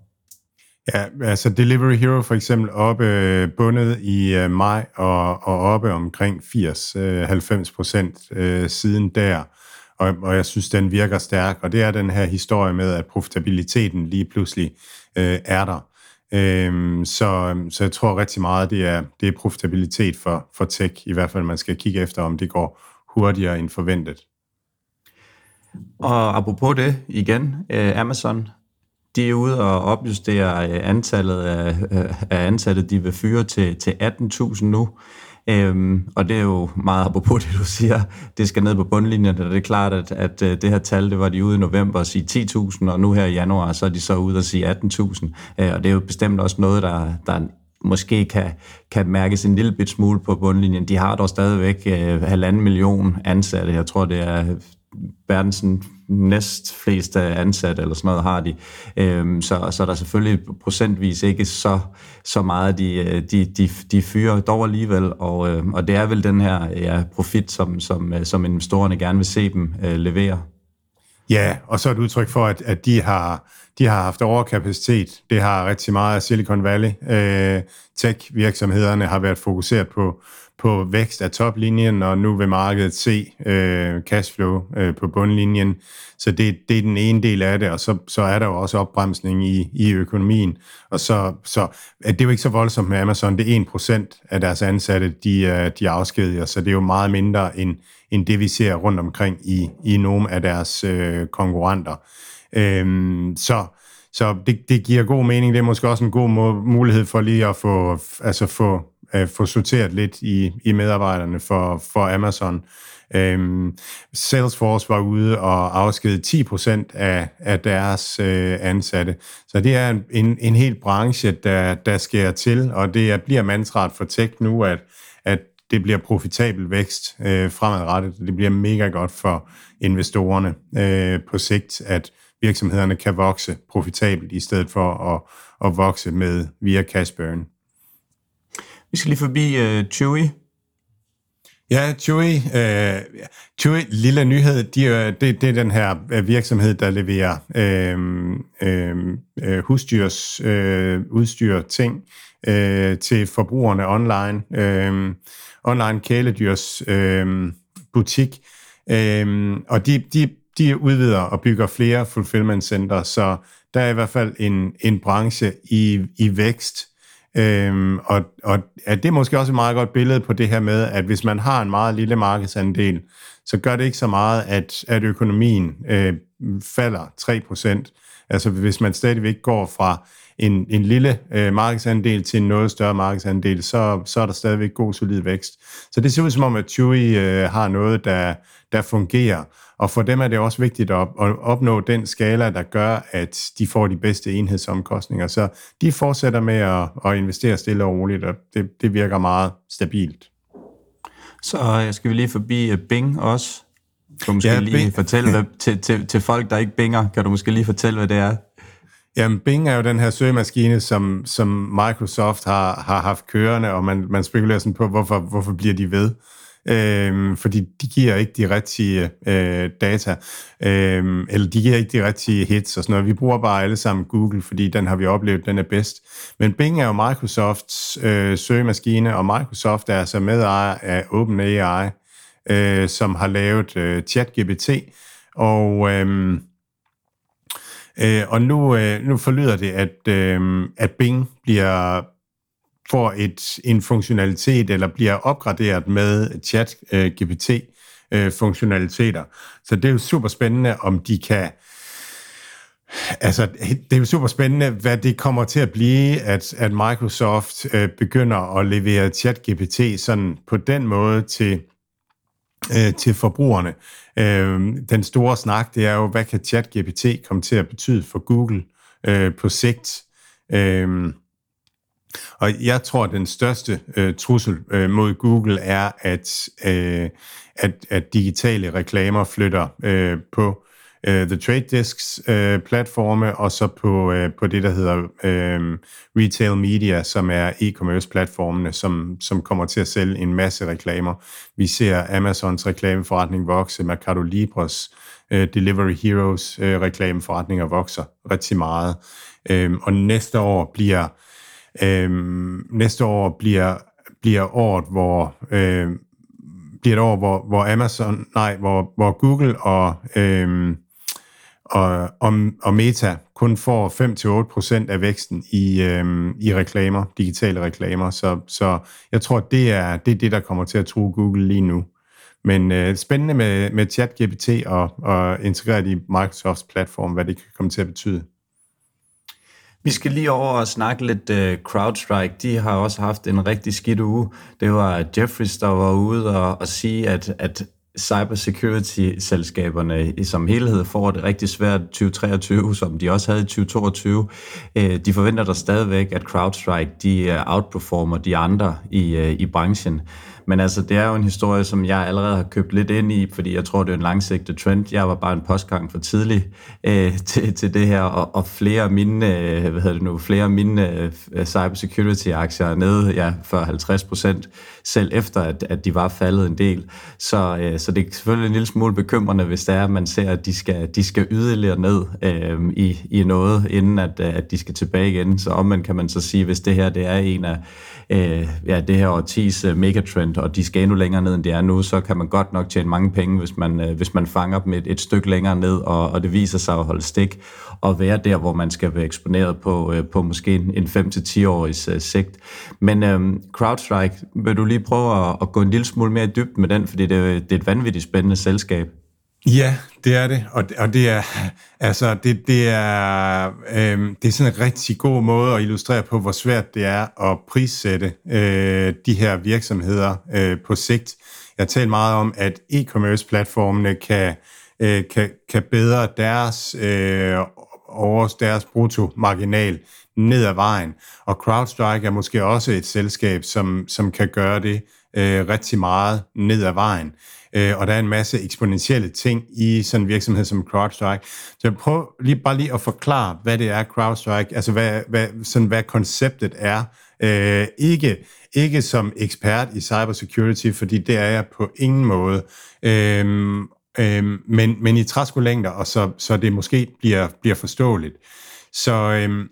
Ja, altså Delivery Hero for eksempel oppe bundet i øh, maj, og, og oppe omkring firs til halvfems procent øh, siden der, og, og jeg synes, den virker stærk, og det er den her historie med, at profitabiliteten lige pludselig øh, er der. Øhm, så, så jeg tror rigtig meget, det er, det er profitabilitet for, for tech, i hvert fald man skal kigge efter, om det går hurtigere end forventet. Og apropos det igen, øh, Amazon, de er ude og opjustere øh, antallet af, øh, af ansatte, de vil fyre til, til atten tusind nu. Øhm, og det er jo meget apropos det, du siger, det skal ned på bundlinjen, og det er klart, at, at det her tal, det var de ude i november at sige ti tusind, og nu her i januar, så er de så ude at sige atten tusind. Øh, og det er jo bestemt også noget, der, der måske kan, kan mærkes en lille bit smule på bundlinjen. De har dog stadigvæk øh, halvanden million ansatte. Jeg tror, det er verdens næst fleste ansatte, eller sådan noget har de. Øhm, så, så er der selvfølgelig procentvis ikke så, så meget, de, de, de, de fyrer dog alligevel, og, øh, og det er vel den her ja, profit, som, som, som investorerne gerne vil se dem øh, levere. Ja, og så er et udtryk for, at, at de, har, de har haft overkapacitet. Det har rigtig meget af Silicon Valley. Øh, tech-virksomhederne har været fokuseret på, på vækst af toplinjen, og nu vil markedet se øh, cashflow øh, på bundlinjen. Så det, det er den ene del af det, og så, så er der jo også opbremsning i, i økonomien. Og så, så det er jo ikke så voldsomt med Amazon. Det er en procent af deres ansatte, de, de afskediger, så det er jo meget mindre end, end det, vi ser rundt omkring i, i nogle af deres øh, konkurrenter. Øhm, så så det, det giver god mening. Det er måske også en god må- mulighed for lige at få, altså få, øh, få sorteret lidt i, i medarbejderne for, for Amazon. Øhm, Salesforce var ude og afskedede ti procent af, af deres øh, ansatte. Så det er en, en hel branche, der, der skærer til, og det bliver mantraet for tech nu, at, at det bliver profitabel vækst øh, fremadrettet. Det bliver mega godt for investorerne øh, på sigt, at virksomhederne kan vokse profitabelt, i stedet for at, at vokse med via cash burn. Vi skal lige forbi uh, Chewy. Ja, Chewy, øh, Chewy, lille nyhed, de, det, det er den her virksomhed, der leverer øh, øh, husdyrs øh, udstyr ting øh, til forbrugerne online. Øh, online kæledyrs øh, butik. Øh, og de, de, de udvider og bygger flere fulfillment center, så der er i hvert fald en, en branche i, i vækst. Øhm, og, og at det er måske også et meget godt billede på det her med, at hvis man har en meget lille markedsandel, så gør det ikke så meget, at, at økonomien øh, falder tre procent. Altså hvis man stadigvæk går fra en, en lille øh, markedsandel til en noget større markedsandel, så, så er der stadigvæk god solid vækst. Så det ser ud som om, at Chewy øh, har noget, der, der fungerer. Og for dem er det også vigtigt at, at opnå den skala, der gør, at de får de bedste enhedsomkostninger. Så de fortsætter med at, at investere stille og roligt, og det, det virker meget stabilt. Så skal vi lige forbi Bing også. Kan du måske ja, lige Bing. fortælle hvad, til, til, til folk, der ikke binger, kan du måske lige fortælle, hvad det er? Jamen, Bing er jo den her søgemaskine, som, som Microsoft har, har haft kørende, og man, man spekulerer sådan på, hvorfor, hvorfor bliver de ved? Øhm, fordi de giver ikke de rigtige øh, data, øhm, eller de giver ikke de rigtige hits og sådan noget. Vi bruger bare alle sammen Google, fordi den har vi oplevet, den er bedst. Men Bing er jo Microsofts øh, søgemaskine, og Microsoft er altså medejer af OpenAI, øh, som har lavet øh, ChatGPT, og øh, øh, og nu, øh, nu forlyder det, at, øh, at Bing bliver får et, en funktionalitet, eller bliver opgraderet med chat-G P T-funktionaliteter. Så det er jo super spændende, om de kan... Altså, det er jo super spændende, hvad det kommer til at blive, at, at Microsoft øh, begynder at levere chat-G P T sådan på den måde til, øh, til forbrugerne. Øh, den store snak, det er jo, hvad kan chat-G P T komme til at betyde for Google øh, på sigt? Øh, Og jeg tror, at den største øh, trussel øh, mod Google er, at, øh, at, at digitale reklamer flytter øh, på øh, The Trade Desks øh, platforme, og så på, øh, på det, der hedder øh, Retail Media, som er e-commerce-platformene, som, som kommer til at sælge en masse reklamer. Vi ser Amazons reklameforretning vokse, Mercado Libres, øh, Delivery Heroes øh, reklameforretninger vokser rigtig meget. Øh, og næste år bliver Øhm, næste år bliver bliver året, hvor øh, bliver et år, hvor hvor Amazon, nej, hvor hvor Google og øh, og, og og Meta kun får fem til otte procent af væksten i øh, i reklamer, digitale reklamer. Så så jeg tror det er det er det der kommer til at true Google lige nu. Men øh, spændende med, med ChatGPT og, og integreret i Microsofts platform, hvad det kan komme til at betyde. Vi skal lige over og snakke lidt uh, CrowdStrike. De har også haft en rigtig skidt uge. Det var Jeffries, der var ude og, og sige, at, at cybersecurity-selskaberne som helhed får det rigtig svært tyve treogtyve, som de også havde i tyve toogtyve. Uh, de forventer der stadigvæk, at CrowdStrike de uh, outperformer de andre i, uh, i branchen. Men altså, det er jo en historie, som jeg allerede har købt lidt ind i, fordi jeg tror, det er en langsigtet trend. Jeg var bare en postgang for tidlig øh, til, til det her, og, og flere af mine, øh, hvad hedder det nu, flere af mine øh, cybersecurity-aktier er nede, ja, fyrre til halvtreds procent, selv efter, at, at de var faldet en del. Så, øh, så det er selvfølgelig en lille smule bekymrende, hvis det er, at man ser, at de skal, de skal yderligere ned øh, i, i noget, inden at, at de skal tilbage igen. Så omvendt kan man så sige, hvis det her det er en af øh, ja, det her årtis uh, megatrend, og de skal endnu længere ned, end de er nu, så kan man godt nok tjene mange penge, hvis man, øh, hvis man fanger dem et, et stykke længere ned, og, og det viser sig at holde stik, og være der, hvor man skal være eksponeret på, øh, på måske en, en fem til ti års øh, sigt. Men øh, CrowdStrike, vil du lige prøve at, at gå en lille smule mere i dybden med den, fordi det, det er et vanvittigt spændende selskab. Ja, det er det, og, og det er altså det, det er øh, det er sådan en rigtig god måde at illustrere på, hvor svært det er at prissætte øh, de her virksomheder øh, på sigt. Jeg har talt meget om, at e-commerce platformene kan øh, kan kan bedre deres øh, over deres bruttomarginal ned ad vejen, og CrowdStrike er måske også et selskab, som som kan gøre det øh, rigtig meget ned ad vejen. Øh, og der er en masse eksponentielle ting i sådan en virksomhed som CrowdStrike. Så jeg prøver lige, bare lige at forklare, hvad det er CrowdStrike, altså hvad, hvad, sådan, hvad konceptet er. Øh, ikke, ikke som ekspert i cybersecurity, fordi det er jeg på ingen måde. Øh, øh, men, men i træskolængder, og så, så det måske bliver, bliver forståeligt. Så... Øh,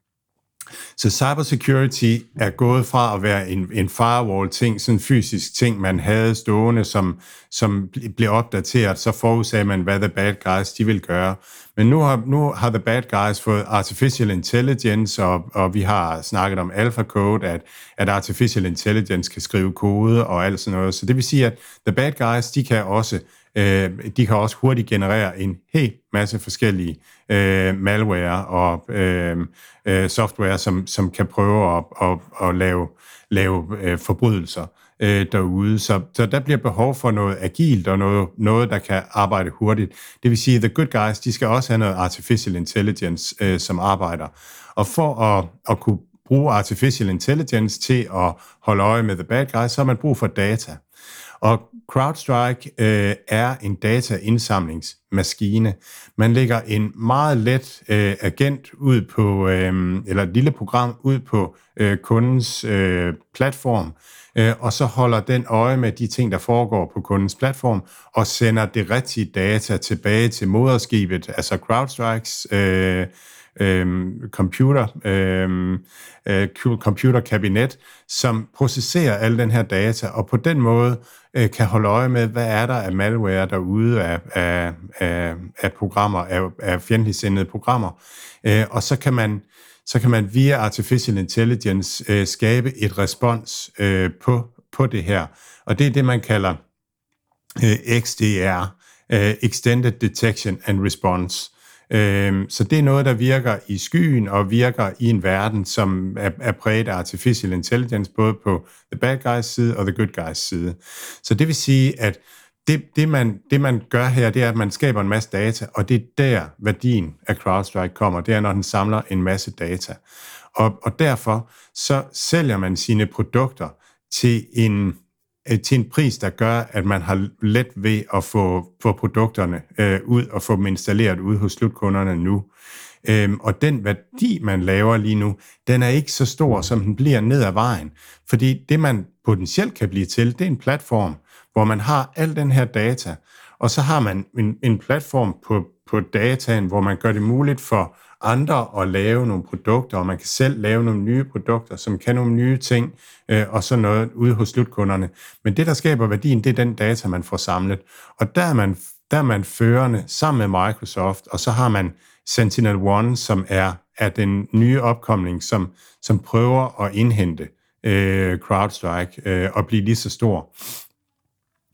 Så cybersecurity er gået fra at være en, en firewall-ting, sådan en fysisk ting, man havde stående, som, som blev opdateret, så forudsagde man, hvad the bad guys de vil gøre. Men nu har, nu har the bad guys fået artificial intelligence, og, og vi har snakket om AlphaCode, at, at artificial intelligence kan skrive kode og alt sådan noget. Så det vil sige, at the bad guys, de kan også øh, de kan også hurtigt generere en hel masse forskellige øh, malware og øh, øh, software, som, som kan prøve at, at, at lave, lave øh, forbrydelser øh, derude. Så, så der bliver behov for noget agilt og noget, noget, der kan arbejde hurtigt. Det vil sige, at the good guys, de skal også have noget artificial intelligence, øh, som arbejder. Og for at, at kunne bruge artificial intelligence til at holde øje med the bad guys, så har man brug for data. Og CrowdStrike øh, er en dataindsamlingsmaskine. Man lægger en meget let øh, agent ud på, øh, eller et lille program ud på øh, kundens øh, platform, øh, og så holder den øje med de ting, der foregår på kundens platform, og sender det rigtige data tilbage til moderskibet, altså CrowdStrikes øh, øh, computer, øh, øh, computerkabinet, som processerer al den her data, og på den måde øh, kan holde øje med, hvad er der af malware derude af, af, af, af programmer, af, af fjendtligsindede programmer. Øh, og så kan man så kan man via artificial intelligence øh, skabe et respons øh, på, på det her. Og det er det, man kalder øh, X D R, øh, Extended Detection and Response. Øh, så det er noget, der virker i skyen og virker i en verden, som er, er præget af artificial intelligence, både på the bad guys side og the good guys side. Så det vil sige, at Det, det, man, det man gør her, det er, at man skaber en masse data, og det er der værdien af CrowdStrike kommer. Det er, når den samler en masse data. Og, og derfor så sælger man sine produkter til en, til en pris, der gør, at man har let ved at få, få produkterne øh, ud og få dem installeret ude hos slutkunderne nu. Øhm, og den værdi, man laver lige nu, den er ikke så stor, som den bliver ned ad vejen. Fordi det, man potentielt kan blive til, det er en platform, hvor man har al den her data, og så har man en, en platform på, på dataen, hvor man gør det muligt for andre at lave nogle produkter, og man kan selv lave nogle nye produkter, som kan nogle nye ting, øh, og sådan noget ude hos slutkunderne. Men det, der skaber værdien, det er den data, man får samlet. Og der er man, der er man førende sammen med Microsoft, og så har man SentinelOne, som er, er den nye opkomling, som, som prøver at indhente øh, CrowdStrike øh, og blive lige så stor.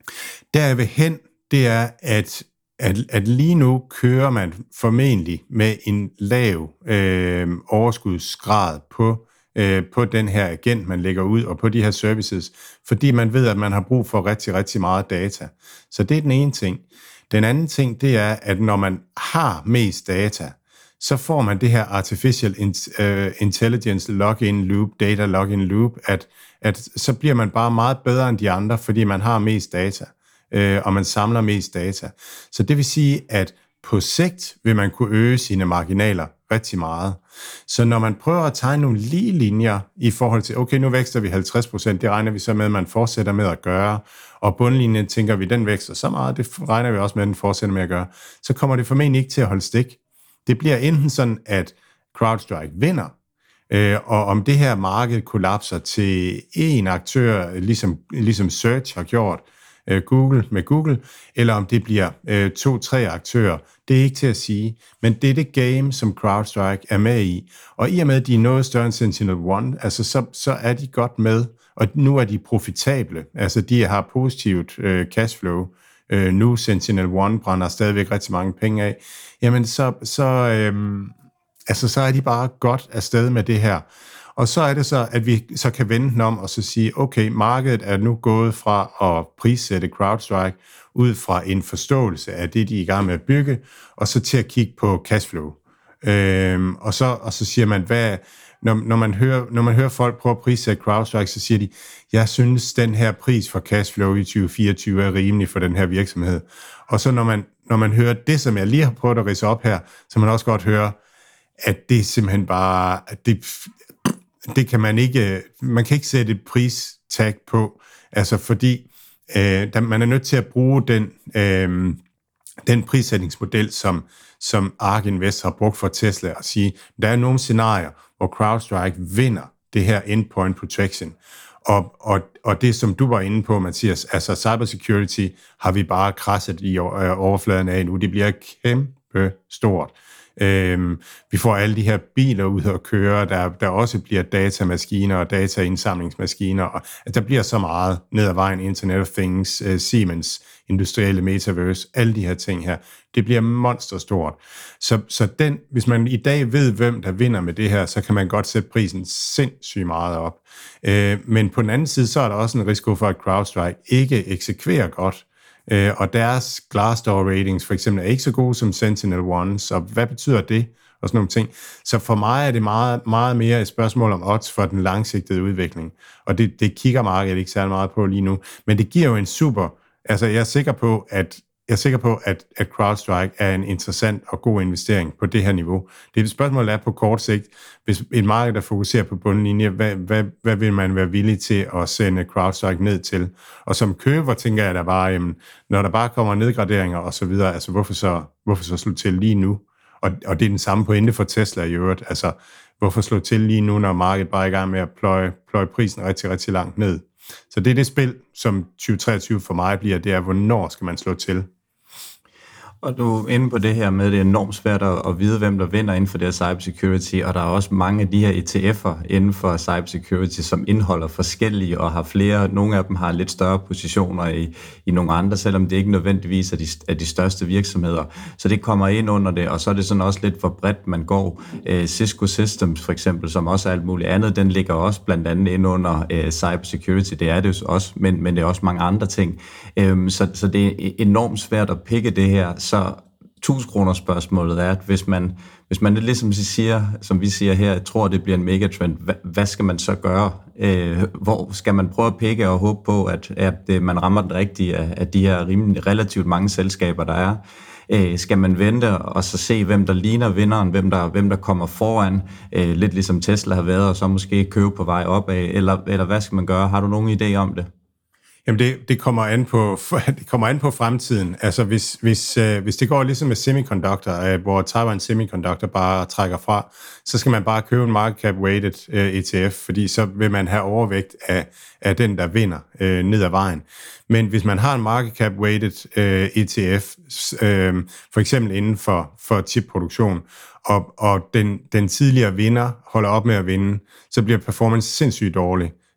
Der jeg vil hen, det er, at, at, at lige nu kører man formentlig med en lav øh, overskudsgrad på, øh, på den her agent, man lægger ud, og på de her services, fordi man ved, at man har brug for rigtig, rigtig meget data. Så det er den ene ting. Den anden ting, det er, at når man har mest data, så får man det her artificial intelligence login loop, data login loop, at, at så bliver man bare meget bedre end de andre, fordi man har mest data, øh, og man samler mest data. Så det vil sige, at på sigt vil man kunne øge sine marginaler rigtig meget. Så når man prøver at tegne nogle lige linjer i forhold til, okay, nu vækster vi halvtreds procent, det regner vi så med, at man fortsætter med at gøre, og bundlinjen tænker vi, den vækster så meget, det regner vi også med, at den fortsætter med at gøre, så kommer det formentlig ikke til at holde stik. Det bliver enten sådan, at CrowdStrike vinder, øh, og om det her marked kollapser til en aktør, ligesom, ligesom Search har gjort, øh, Google med Google, eller om det bliver øh, to-tre aktører, det er ikke til at sige. Men det er det game, som CrowdStrike er med i. Og i og med, at de er noget større end SentinelOne, altså så, så er de godt med, og nu er de profitable. Altså de har positivt øh, cashflow. Øh, nu SentinelOne brænder stadigvæk rigtig mange penge af. Jamen så, så, øhm, altså, så er de bare godt afsted med det her. Og så er det så, at vi så kan vende den om og så sige, okay, markedet er nu gået fra at prissætte CrowdStrike ud fra en forståelse af det, de er i gang med at bygge, og så til at kigge på cashflow. Øhm, og, så, og så siger man, hvad, når, når, man hører, når man hører folk prøve at prissætte CrowdStrike, så siger de, jeg synes, den her pris for cashflow i tyve fireogtyve er rimelig for den her virksomhed. Og så når man, når man hører det, som jeg lige har prøvet at ridse op her, så man også godt høre, at det simpelthen bare, det, det kan man ikke, man kan ikke sætte et pristag på, altså fordi øh, der, man er nødt til at bruge den, øh, den prissætningsmodel, som, som ARK Invest har brugt for Tesla, og sige, der er nogle scenarier, hvor CrowdStrike vinder det her endpoint protection. Og, og, og det, som du var inde på, Mathias, altså cybersecurity, har vi bare krasset i overfladen af nu. Det bliver kæmpe stort. Øhm, vi får alle de her biler ud at køre, der, der også bliver datamaskiner og dataindsamlingsmaskiner, og at der bliver så meget ned ad vejen, Internet of Things, uh, Siemens, industrielle metaverse, alle de her ting her. Det bliver monsterstort. Så, så den, hvis man i dag ved, hvem der vinder med det her, så kan man godt sætte prisen sindssygt meget op. Øh, men på den anden side, så er der også en risiko for, at CrowdStrike ikke eksekverer godt, øh, og deres Glassdoor ratings for eksempel er ikke så gode som SentinelOne, så hvad betyder det? Og sådan nogle ting. Så for mig er det meget, meget mere et spørgsmål om odds for den langsigtede udvikling, og det, det kigger markedet ikke særlig meget på lige nu, men det giver jo en super, altså jeg er sikker på, at Jeg er sikker på, at, at CrowdStrike er en interessant og god investering på det her niveau. Det er et spørgsmål, der er på kort sigt. Hvis et marked, der fokuserer på bundlinje, hvad, hvad, hvad vil man være villig til at sende CrowdStrike ned til? Og som køber tænker jeg da bare, jamen, når der bare kommer nedgraderinger og så videre, altså hvorfor så, hvorfor så slå til lige nu? Og, og det er den samme pointe for Tesla i øvrigt. Altså hvorfor slå til lige nu, når markedet bare er i gang med at pløje, pløje prisen rigtig, rigtig langt ned? Så det er det spil, som tyve treogtyve for mig bliver, det er, hvornår skal man slå til? Og du er inde på det her med, at det er enormt svært at vide, hvem der vinder inden for det her cybersecurity, og der er også mange af de her E T F'er inden for cybersecurity, som indeholder forskellige og har flere. Nogle af dem har lidt større positioner i, i nogle andre, selvom det ikke nødvendigvis er de, er de største virksomheder. Så det kommer ind under det, og så er det sådan også lidt for bredt, man går. Uh, Cisco Systems for eksempel, som også er alt muligt andet, den ligger også blandt andet ind under uh, cybersecurity. Det er det jo også, men, men det er også mange andre ting. Um, så, så det er enormt svært at pikke det her. Så tusind kroner spørgsmålet er, at hvis man, hvis man ligesom siger, som vi siger her, tror, det bliver en megatrend, hvad, hvad skal man så gøre? Øh, hvor skal man prøve at pikke og håbe på, at, at man rammer den rigtige af, af de her rimelig, relativt mange selskaber, der er? Øh, skal man vente og så se, hvem der ligner vinderen, hvem der, hvem der kommer foran, øh, lidt ligesom Tesla har været, og så måske købe på vej opad, eller, eller hvad skal man gøre? Har du nogen idé om det? Jamen det, det, kommer an på, det kommer an på fremtiden. Altså hvis, hvis, øh, hvis det går ligesom med semiconductor, øh, hvor Taiwan Semiconductor bare trækker fra, så skal man bare købe en market cap weighted øh, E T F, fordi så vil man have overvægt af, af den, der vinder øh, ned ad vejen. Men hvis man har en market cap weighted øh, E T F, øh, for eksempel inden for, for chipproduktion, og, og den, den tidligere vinder holder op med at vinde, så bliver performance sindssygt dårlig.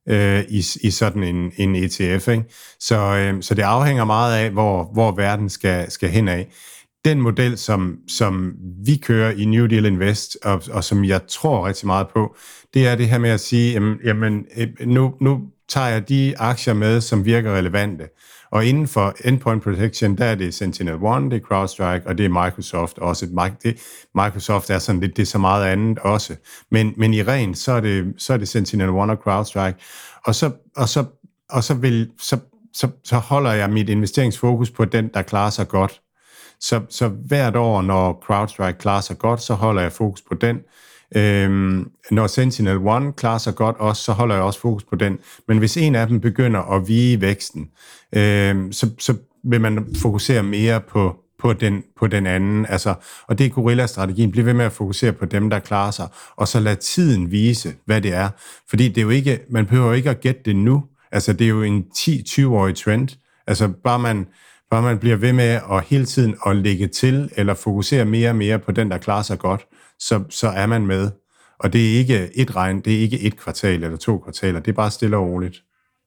øh, i, i sådan en, en E T F. Ikke? Så, øh, så det afhænger meget af, hvor, hvor verden skal, skal hen af. Den model, som, som vi kører i New Deal Invest, og, og som jeg tror rigtig meget på, det er det her med at sige, jamen, jamen nu, nu tager jeg de aktier med, som virker relevante. Og inden for endpoint protection, der er det SentinelOne, det er CrowdStrike, og det er Microsoft også. Det, Microsoft er sådan lidt, det er så meget andet også. Men, men i ren, så er det, så er det SentinelOne og CrowdStrike. Og så, og så, og så, vil, så, så, så holder jeg mit investeringsfokus på den, der klarer sig godt. Så, så hvert år, når CrowdStrike klarer sig godt, så holder jeg fokus på den. Øhm, når SentinelOne klarer sig godt også, så holder jeg også fokus på den. Men hvis en af dem begynder at vige væksten, øhm, så, så vil man fokusere mere på, på, den, på den anden. Altså, og det er gorilla-strategien. Bliv ved med at fokusere på dem, der klarer sig, og så lad tiden vise, hvad det er. Fordi det er jo ikke, man behøver ikke at gætte det nu. Altså, det er jo en ti til tyve-årig trend. Altså, bare man... Bare man bliver ved med at hele tiden at lægge til, eller fokusere mere og mere på den, der klarer sig godt, så, så er man med. Og det er ikke et regn, det er ikke et kvartal eller to kvartaler, det er bare stille og roligt.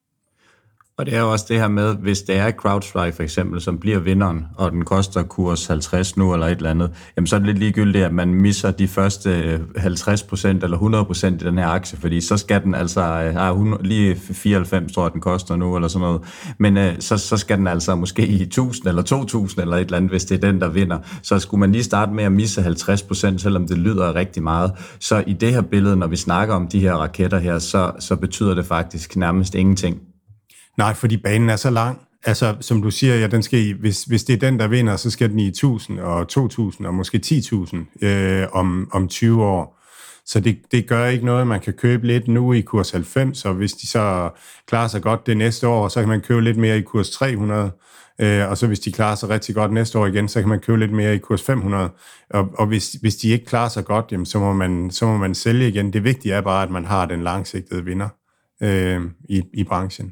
Og det er jo også det her med, hvis det er CrowdStrike for eksempel, som bliver vinderen, og den koster kurs halvtreds nu eller et eller andet, jamen så er det lidt ligegyldigt, at man misser de første halvtreds procent eller hundrede procent i den her aktie, fordi så skal den altså, ah, lige fireoghalvfems tror jeg, den koster nu, eller sådan noget, men øh, så, så skal den altså måske i tusind eller to tusind eller et eller andet, hvis det er den, der vinder. Så skulle man lige starte med at misse halvtreds procent, selvom det lyder rigtig meget. Så i det her billede, når vi snakker om de her raketter her, så, så betyder det faktisk nærmest ingenting. Nej, fordi banen er så lang. Altså, som du siger, ja, den skal i, hvis, hvis det er den, der vinder, så skal den i tusind og to tusind og måske ti tusind øh, om, om tyve år. Så det, det gør ikke noget. Man kan købe lidt nu i kurs halvfems, og hvis de så klarer sig godt det næste år, så kan man købe lidt mere i kurs tre hundrede. Øh, og så hvis de klarer sig rigtig godt næste år igen, så kan man købe lidt mere i kurs fem hundrede. Og, og hvis, hvis de ikke klarer sig godt, jamen, så, må man, så må man sælge igen. Det vigtige er bare, at man har den langsigtede vinder øh, i, i branchen.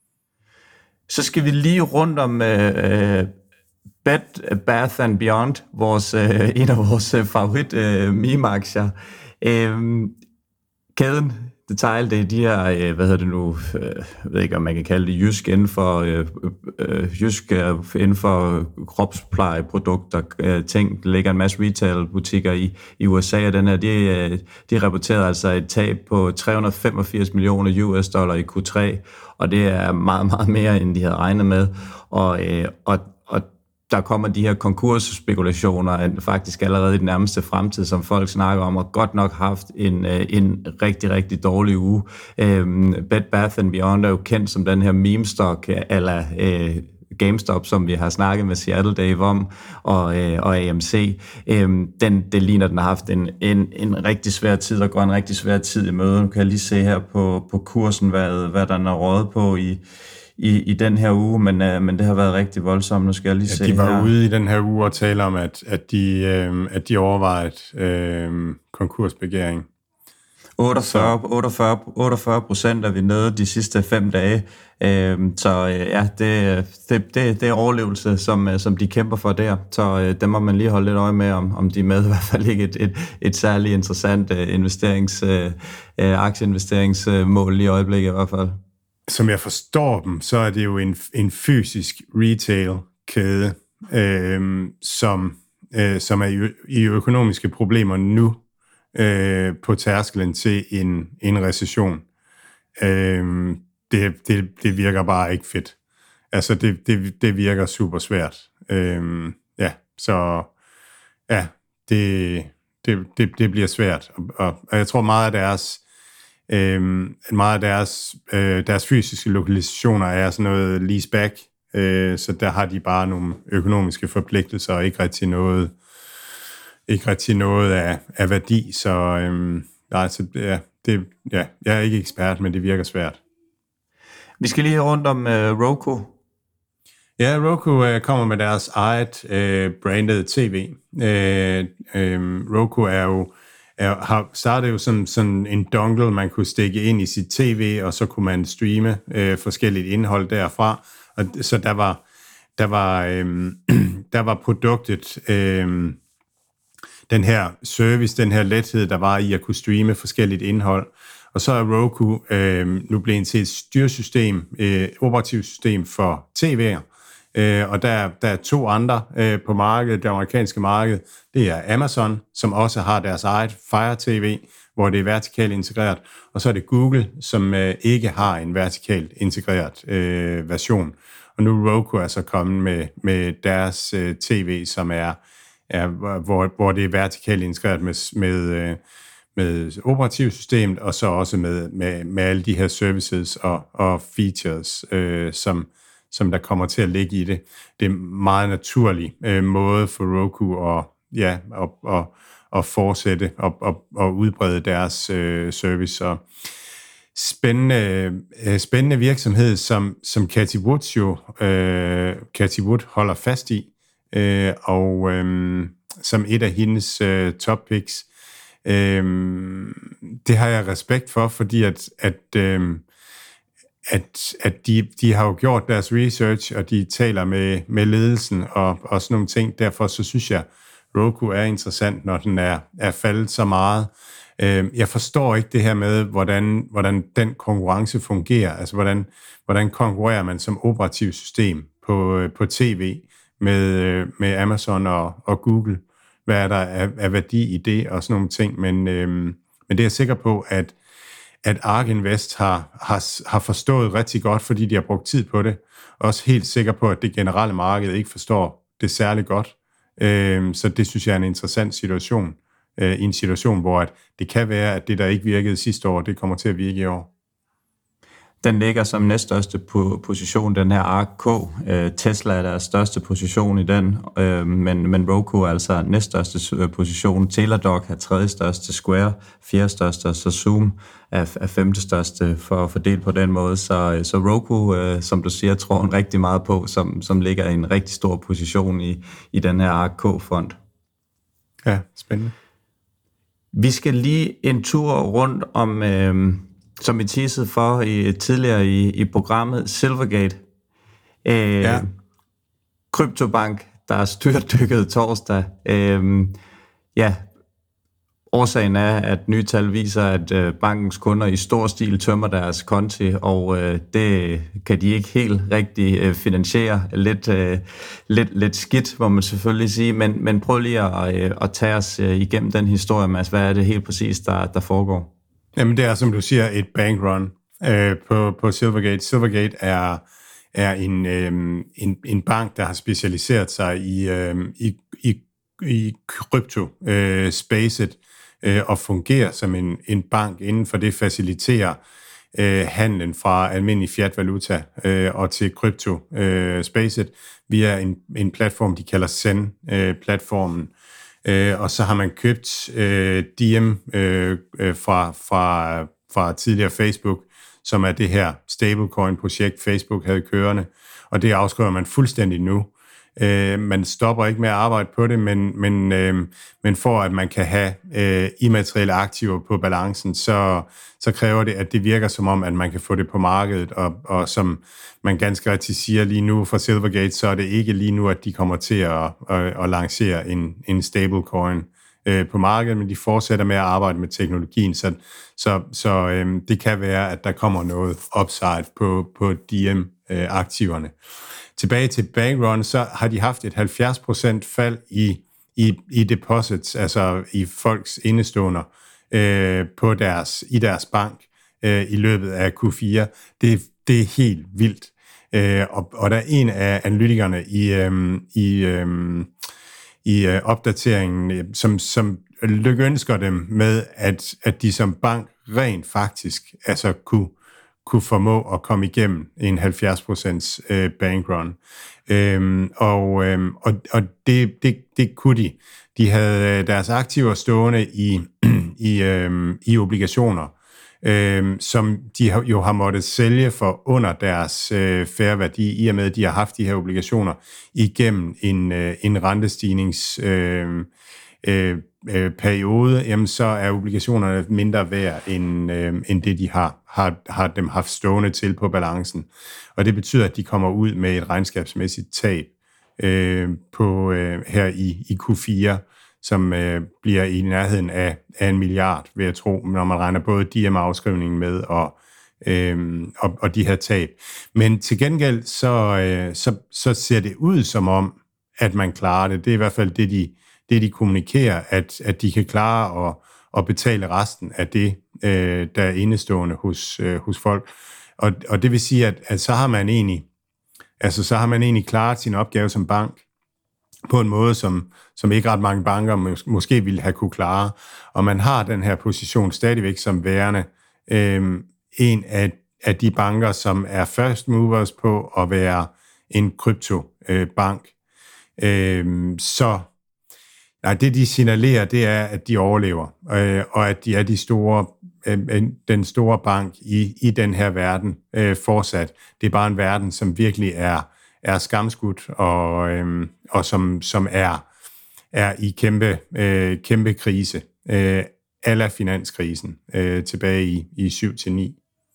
Så skal vi lige rundt om uh, Bed Bath and Beyond, vores, uh, en af vores uh, favorit uh, meme-aktier. Uh, kæden, detail, det er de her, uh, hvad hedder det nu, uh, jeg ved ikke, om man kan kalde det jysk inden for, uh, uh, jysk uh, inden for kropsplejeprodukter, uh, ting. Der ligger en masse retail-butikker i, i U S A, og den her, de, uh, de rapporterede altså et tab på tre hundrede og femogfirs millioner U S dollar i Q tre, og det er meget, meget mere, end de havde regnet med. Og, øh, og, og der kommer de her konkursspekulationer faktisk allerede i den nærmeste fremtid, som folk snakker om, og godt nok haft en, en rigtig, rigtig dårlig uge. Øhm, Bed Bath and Beyond er jo kendt som den her meme-stock ala øh, GameStop, som vi har snakket med Seattle Dave om, og, øh, og A M C. Øhm, den, det ligner, den har haft en, en, en rigtig svær tid, og går en rigtig svær tid i møde. Nu kan jeg lige se her på, på kursen, hvad, hvad der er rådet på i, i, i den her uge, men, øh, men det har været rigtig voldsomt. Nu skal jeg lige ja, se her. De var her ude i den her uge og tale om, at, at, de, øh, at de overvejede øh, konkursbegæring. otteogfyrre procent er vi nede de sidste fem dage. Øhm, så øh, ja, det, det, det, det er overlevelse, som, som de kæmper for der. Så øh, dem må man lige holde lidt øje med, om, om de er med. I hvert fald ikke et, et, et særligt interessant øh, investerings, øh, aktieinvesteringsmål i øjeblikket i hvert fald. Som jeg forstår dem, så er det jo en, en fysisk retail-kæde, øh, som, øh, som er i, i økonomiske problemer nu, øh, på tærskelen til en, en recession. Øh, det, det, det virker bare ikke fedt. Altså, det, det, det virker super svært. Øh, ja, så ja, det, det, det, det bliver svært. Og, og jeg tror meget af deres øh, meget af deres, øh, deres fysiske lokalisationer er sådan noget leaseback, øh, så der har de bare nogle økonomiske forpligtelser og ikke rigtig noget ikke rigtig noget af, af værdi, så øhm, nej, så ja, det, ja, jeg er ikke ekspert, men det virker svært. Vi skal lige rundt om uh, Roku. Ja, Roku uh, kommer med deres eget uh, branded tv. Uh, um, Roku er jo er, har startet jo som sådan en dongle, man kunne stikke ind i sit tv, og så kunne man streame uh, forskelligt indhold derfra. Og så der var der var um, der var produktet um, den her service, den her lethed, der var i at kunne streame forskelligt indhold. Og så er Roku øh, nu blevet til et styresystem, øh, operativt system for tv'er. Øh, og der, der er to andre øh, på markedet, det amerikanske marked. Det er Amazon, som også har deres eget Fire T V, hvor det er vertikalt integreret. Og så er det Google, som øh, ikke har en vertikalt integreret øh, version. Og nu Roku er så kommet med, med deres øh, T V, som er, er hvor, hvor det er vertikalt integreret med, med, øh, med operativsystemet, og så også med, med, med alle de her services og, og features, øh, som, som der kommer til at ligge i det. Det er en meget naturlig øh, måde for Roku at, ja, at, at, at fortsætte og, og, og udbrede deres øh, service. Og spændende, øh, spændende virksomhed, som, som Cathie Wood jo øh, Cathie Wood holder fast i, øh, og øh, som et af hendes øh, top picks. Øh, det har jeg respekt for, fordi at, at, øh, at, at de, de har jo gjort deres research, og de taler med, med ledelsen og, og sådan nogle ting. Derfor så synes jeg, Roku er interessant, når den er, er faldet så meget. Jeg forstår ikke det her med, hvordan, hvordan den konkurrence fungerer. Altså, hvordan, hvordan konkurrerer man som operativt system på, på tv med, med Amazon og, og Google? Hvad er der af, af værdi i det og sådan nogle ting? Men, øhm, men det er jeg sikker på, at, at ARK Invest har, har, har forstået rigtig godt, fordi de har brugt tid på det. Også helt sikker på, at det generelle marked ikke forstår det særlig godt. Øhm, så det synes jeg er en interessant situation. I en situation, hvor at det kan være, at det, der ikke virkede sidste år, det kommer til at virke i år. Den ligger som næststørste position, den her ARK K. Tesla er deres største position i den, men, men Roku er altså næststørste position. Teladoc er tredje største, Square fjerde største, så Zoom er, er femte største for at fordele på den måde. Så, så Roku, som du siger, tror en rigtig meget på, som, som ligger i en rigtig stor position i, i den her ARK K-fond. Ja, spændende. Vi skal lige en tur rundt om, øh, som vi teasede for i, tidligere i, i programmet, Silvergate. Øh, ja. Kryptobank, der er styrtdykket torsdag. Øh, ja, årsagen er, at nye tal viser, at øh, bankens kunder i stor stil tømmer deres konti, og øh, det kan de ikke helt rigtig øh, finansiere. Lidt, øh, lidt, lidt skidt, må man selvfølgelig sige, men, men prøv lige at, øh, at tage os øh, igennem den historie, Mads. Hvad er det helt præcis, der, der foregår? Jamen det er, som du siger, et bankrun øh, på, på Silvergate. Silvergate er, er en, øh, en, en bank, der har specialiseret sig i, øh, i, i, i krypto-spacet, øh, og fungerer som en, en bank inden for det faciliterer øh, handlen fra almindelig fiat-valuta øh, og til krypto-spacet øh, via en, en platform, de kalder Zen-platformen. Øh, øh, og så har man købt øh, Diem øh, øh, fra, fra, fra tidligere Facebook, som er det her stablecoin-projekt, Facebook havde kørende, og det afskriver man fuldstændig nu. Øh, man stopper ikke med at arbejde på det, men, men, øh, men for at man kan have øh, immaterielle aktiver på balancen, så, så kræver det, at det virker som om, at man kan få det på markedet, og, og som man ganske rigtigt siger lige nu for Silvergate, så er det ikke lige nu, at de kommer til at, at, at lancere en, en stablecoin øh, på markedet, men de fortsætter med at arbejde med teknologien, så, så, så øh, det kan være, at der kommer noget upside på, på D M-aktiverne. Tilbage til bankrun, så har de haft et halvfjerds procent fald i, i, i deposits, altså i folks indeståender øh, på deres, i deres bank øh, i løbet af Q fire. Det, det er helt vildt. Øh, og, og der er en af analytikerne i, øh, i, øh, i øh, opdateringen, som, som lykønsker dem med, at, at de som bank rent faktisk altså kunne kunne formå at komme igennem en halvfjerds procent øh, bankrun. Øhm, og øhm, og, og det, det, det kunne de. De havde deres aktiver stående i, i, øhm, i obligationer, øhm, som de jo har måttet sælge for under deres øh, fair værdi, i og med, at de har haft de her obligationer igennem en, øh, en rentestignings øh, øh, øh, periode, jamen så er obligationerne mindre værd end, øh, end det, de har, har, har dem haft stående til på balancen. Og det betyder, at de kommer ud med et regnskabsmæssigt tab øh, på, øh, her i, i Q fire, som øh, bliver i nærheden af, af en milliard, vil jeg tro, når man regner både D M-afskrivningen med og, øh, og, og de her tab. Men til gengæld, så, øh, så, så ser det ud som om, at man klarer det. Det er i hvert fald det, de, det, de kommunikerer, at, at de kan klare at, at betale resten af det, øh, der er indestående hos, øh, hos folk. Og, og det vil sige, at, at så har man egentlig altså så har man egentlig klaret sin opgave som bank på en måde, som, som ikke ret mange banker mås- måske ville have kunne klare. Og man har den her position stadigvæk som værende øh, en af, af de banker, som er first movers på at være en kryptobank. Øh, så nej, det de signalerer, det er, at de overlever, øh, og at de er de store, øh, den store bank i, i den her verden øh, fortsat. Det er bare en verden, som virkelig er, er skamskudt, og, øh, og som, som er, er i kæmpe, øh, kæmpe krise, øh, a la finanskrisen, øh, tilbage i, i syv til ni.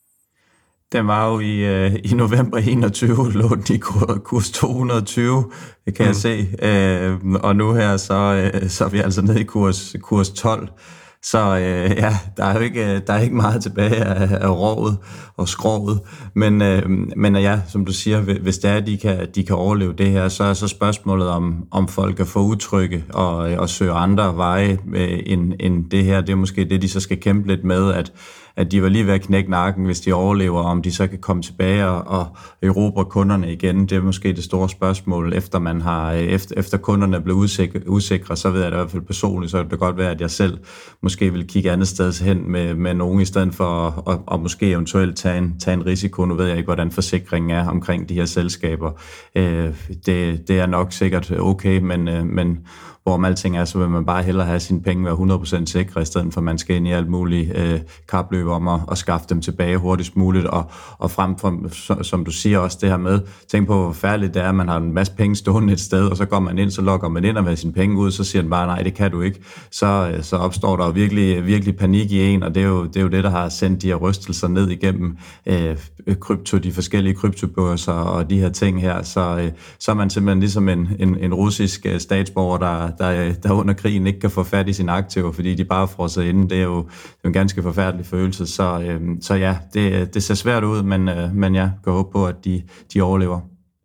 Den var jo i, øh, i november enogtyve, lå den i kurs to hundrede og tyve, det kan mm. jeg se. Øh, og nu her, så, øh, så er vi altså nede i kurs, kurs tolv. Så øh, ja, der er jo ikke, der er ikke meget tilbage af, af rovet og skrovet. Men, øh, men ja, som du siger, hvis det er, at de kan, de kan overleve det her, så er så spørgsmålet, om, om folk kan få udtrykke og, og søge andre veje øh, end, end det her. Det er måske det, de så skal kæmpe lidt med, at at de var lige ved at knække nakken, hvis de overlever, om de så kan komme tilbage og, og erobre kunderne igen. Det er måske det store spørgsmål, efter man har efter, efter kunderne er blevet usikre, usikre, så ved jeg det i hvert fald personligt, så kan det godt være, at jeg selv måske vil kigge andet sted hen med, med nogen, i stedet for at og, og måske eventuelt tage en, tage en risiko. Nu ved jeg ikke, hvordan forsikringen er omkring de her selskaber. Øh, det, det er nok sikkert okay, men, øh, men hvorom alting er, så vil man bare hellere have sine penge være hundrede procent sikre, i stedet for at man skal ind i alt muligt øh, kapløb om at, at skaffe dem tilbage hurtigst muligt, og, og frem for, som du siger også det her med, tænk på, hvor færdigt det er, at man har en masse penge stående et sted, og så går man ind, så logger man ind og med sine penge ud, så siger den bare, nej, det kan du ikke. Så, så opstår der virkelig, virkelig panik i en, og det er, jo, det er jo det, der har sendt de her rystelser ned igennem øh, krypto, de forskellige kryptobørser og de her ting her, så, øh, så er man simpelthen ligesom en, en, en russisk øh, statsborger, der Der, der under krigen ikke kan få fat i sine aktiver, fordi de bare får sig inde. Det er jo en ganske forfærdelig følelse. Så, øhm, så ja, det, det ser svært ud, men, øh, men jeg kan håbe på, at de, de overlever.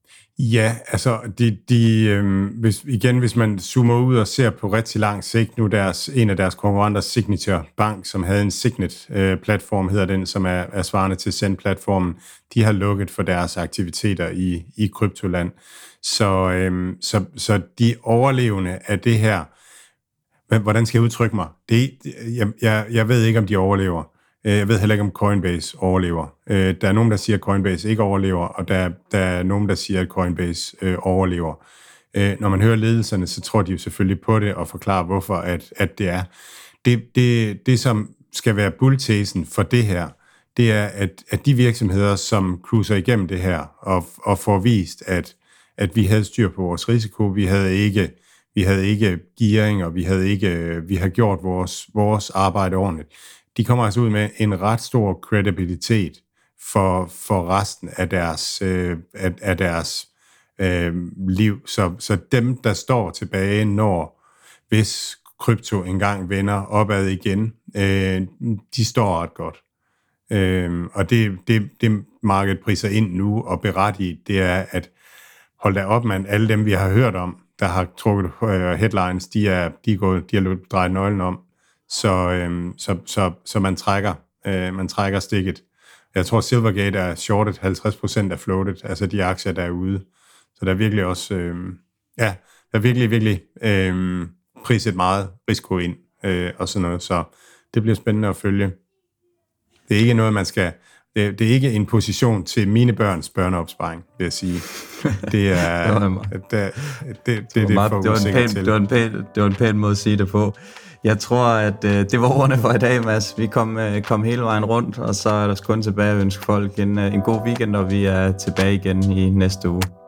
Ja, altså de, de, øh, hvis, igen, hvis man zoomer ud og ser på rigtig lang sigt, nu deres, en af deres konkurrenter, Signature Bank, som havde en Signet-platform, øh, hedder den, som er, er svarende til Send-platformen, de har lukket for deres aktiviteter i, i kryptoland. Så, øhm, så, så de overlevende af det her, hvordan skal jeg udtrykke mig? Det, jeg, jeg, jeg ved ikke, om de overlever. Jeg ved heller ikke, om Coinbase overlever. Der er nogen, der siger, at Coinbase ikke overlever, og der, der er nogen, der siger, at Coinbase øh, overlever. Når man hører ledelserne, så tror de jo selvfølgelig på det, og forklarer, hvorfor at, at det er. Det, det, det, som skal være bulltesen for det her, det er, at, at de virksomheder, som cruiser igennem det her, og, og får vist, at at vi havde styr på vores risiko, vi havde ikke, vi havde ikke gearing, og vi havde ikke, vi har gjort vores, vores arbejde ordentligt. De kommer altså ud med en ret stor credibilitet for, for resten af deres, øh, af, af deres øh, liv. Så, så dem, der står tilbage, når hvis krypto engang vender opad igen, øh, de står ret godt. Øh, og det, det, det markedet priser ind nu og berettiget, det er, at hold da op, man. Alle dem, vi har hørt om, der har trukket uh, headlines, de er, de er gået, de har drejet nøglen om. Så, øhm, så, så, så man trækker, øh, man trækker stikket. Jeg tror, Silvergate er shortet halvtreds procent af floated, altså de aktier, der er ude. Så der er virkelig også, øh, ja, der er virkelig, virkelig øh, priset meget risiko ind øh, og sådan noget. Så det bliver spændende at følge. Det er ikke noget, man skal... Det, det er ikke en position til mine børns børneopsparing, vil jeg sige. Det er det, det, det, det, det, det, meget, det, var en pæn, det, var en pæn, det var en pæn måde at sige det på. Jeg tror, at uh, det var ordene for i dag, Mads. Vi kom, uh, kom hele vejen rundt, og så er der kun tilbage at ønske folk en, uh, en god weekend, og vi er tilbage igen i næste uge.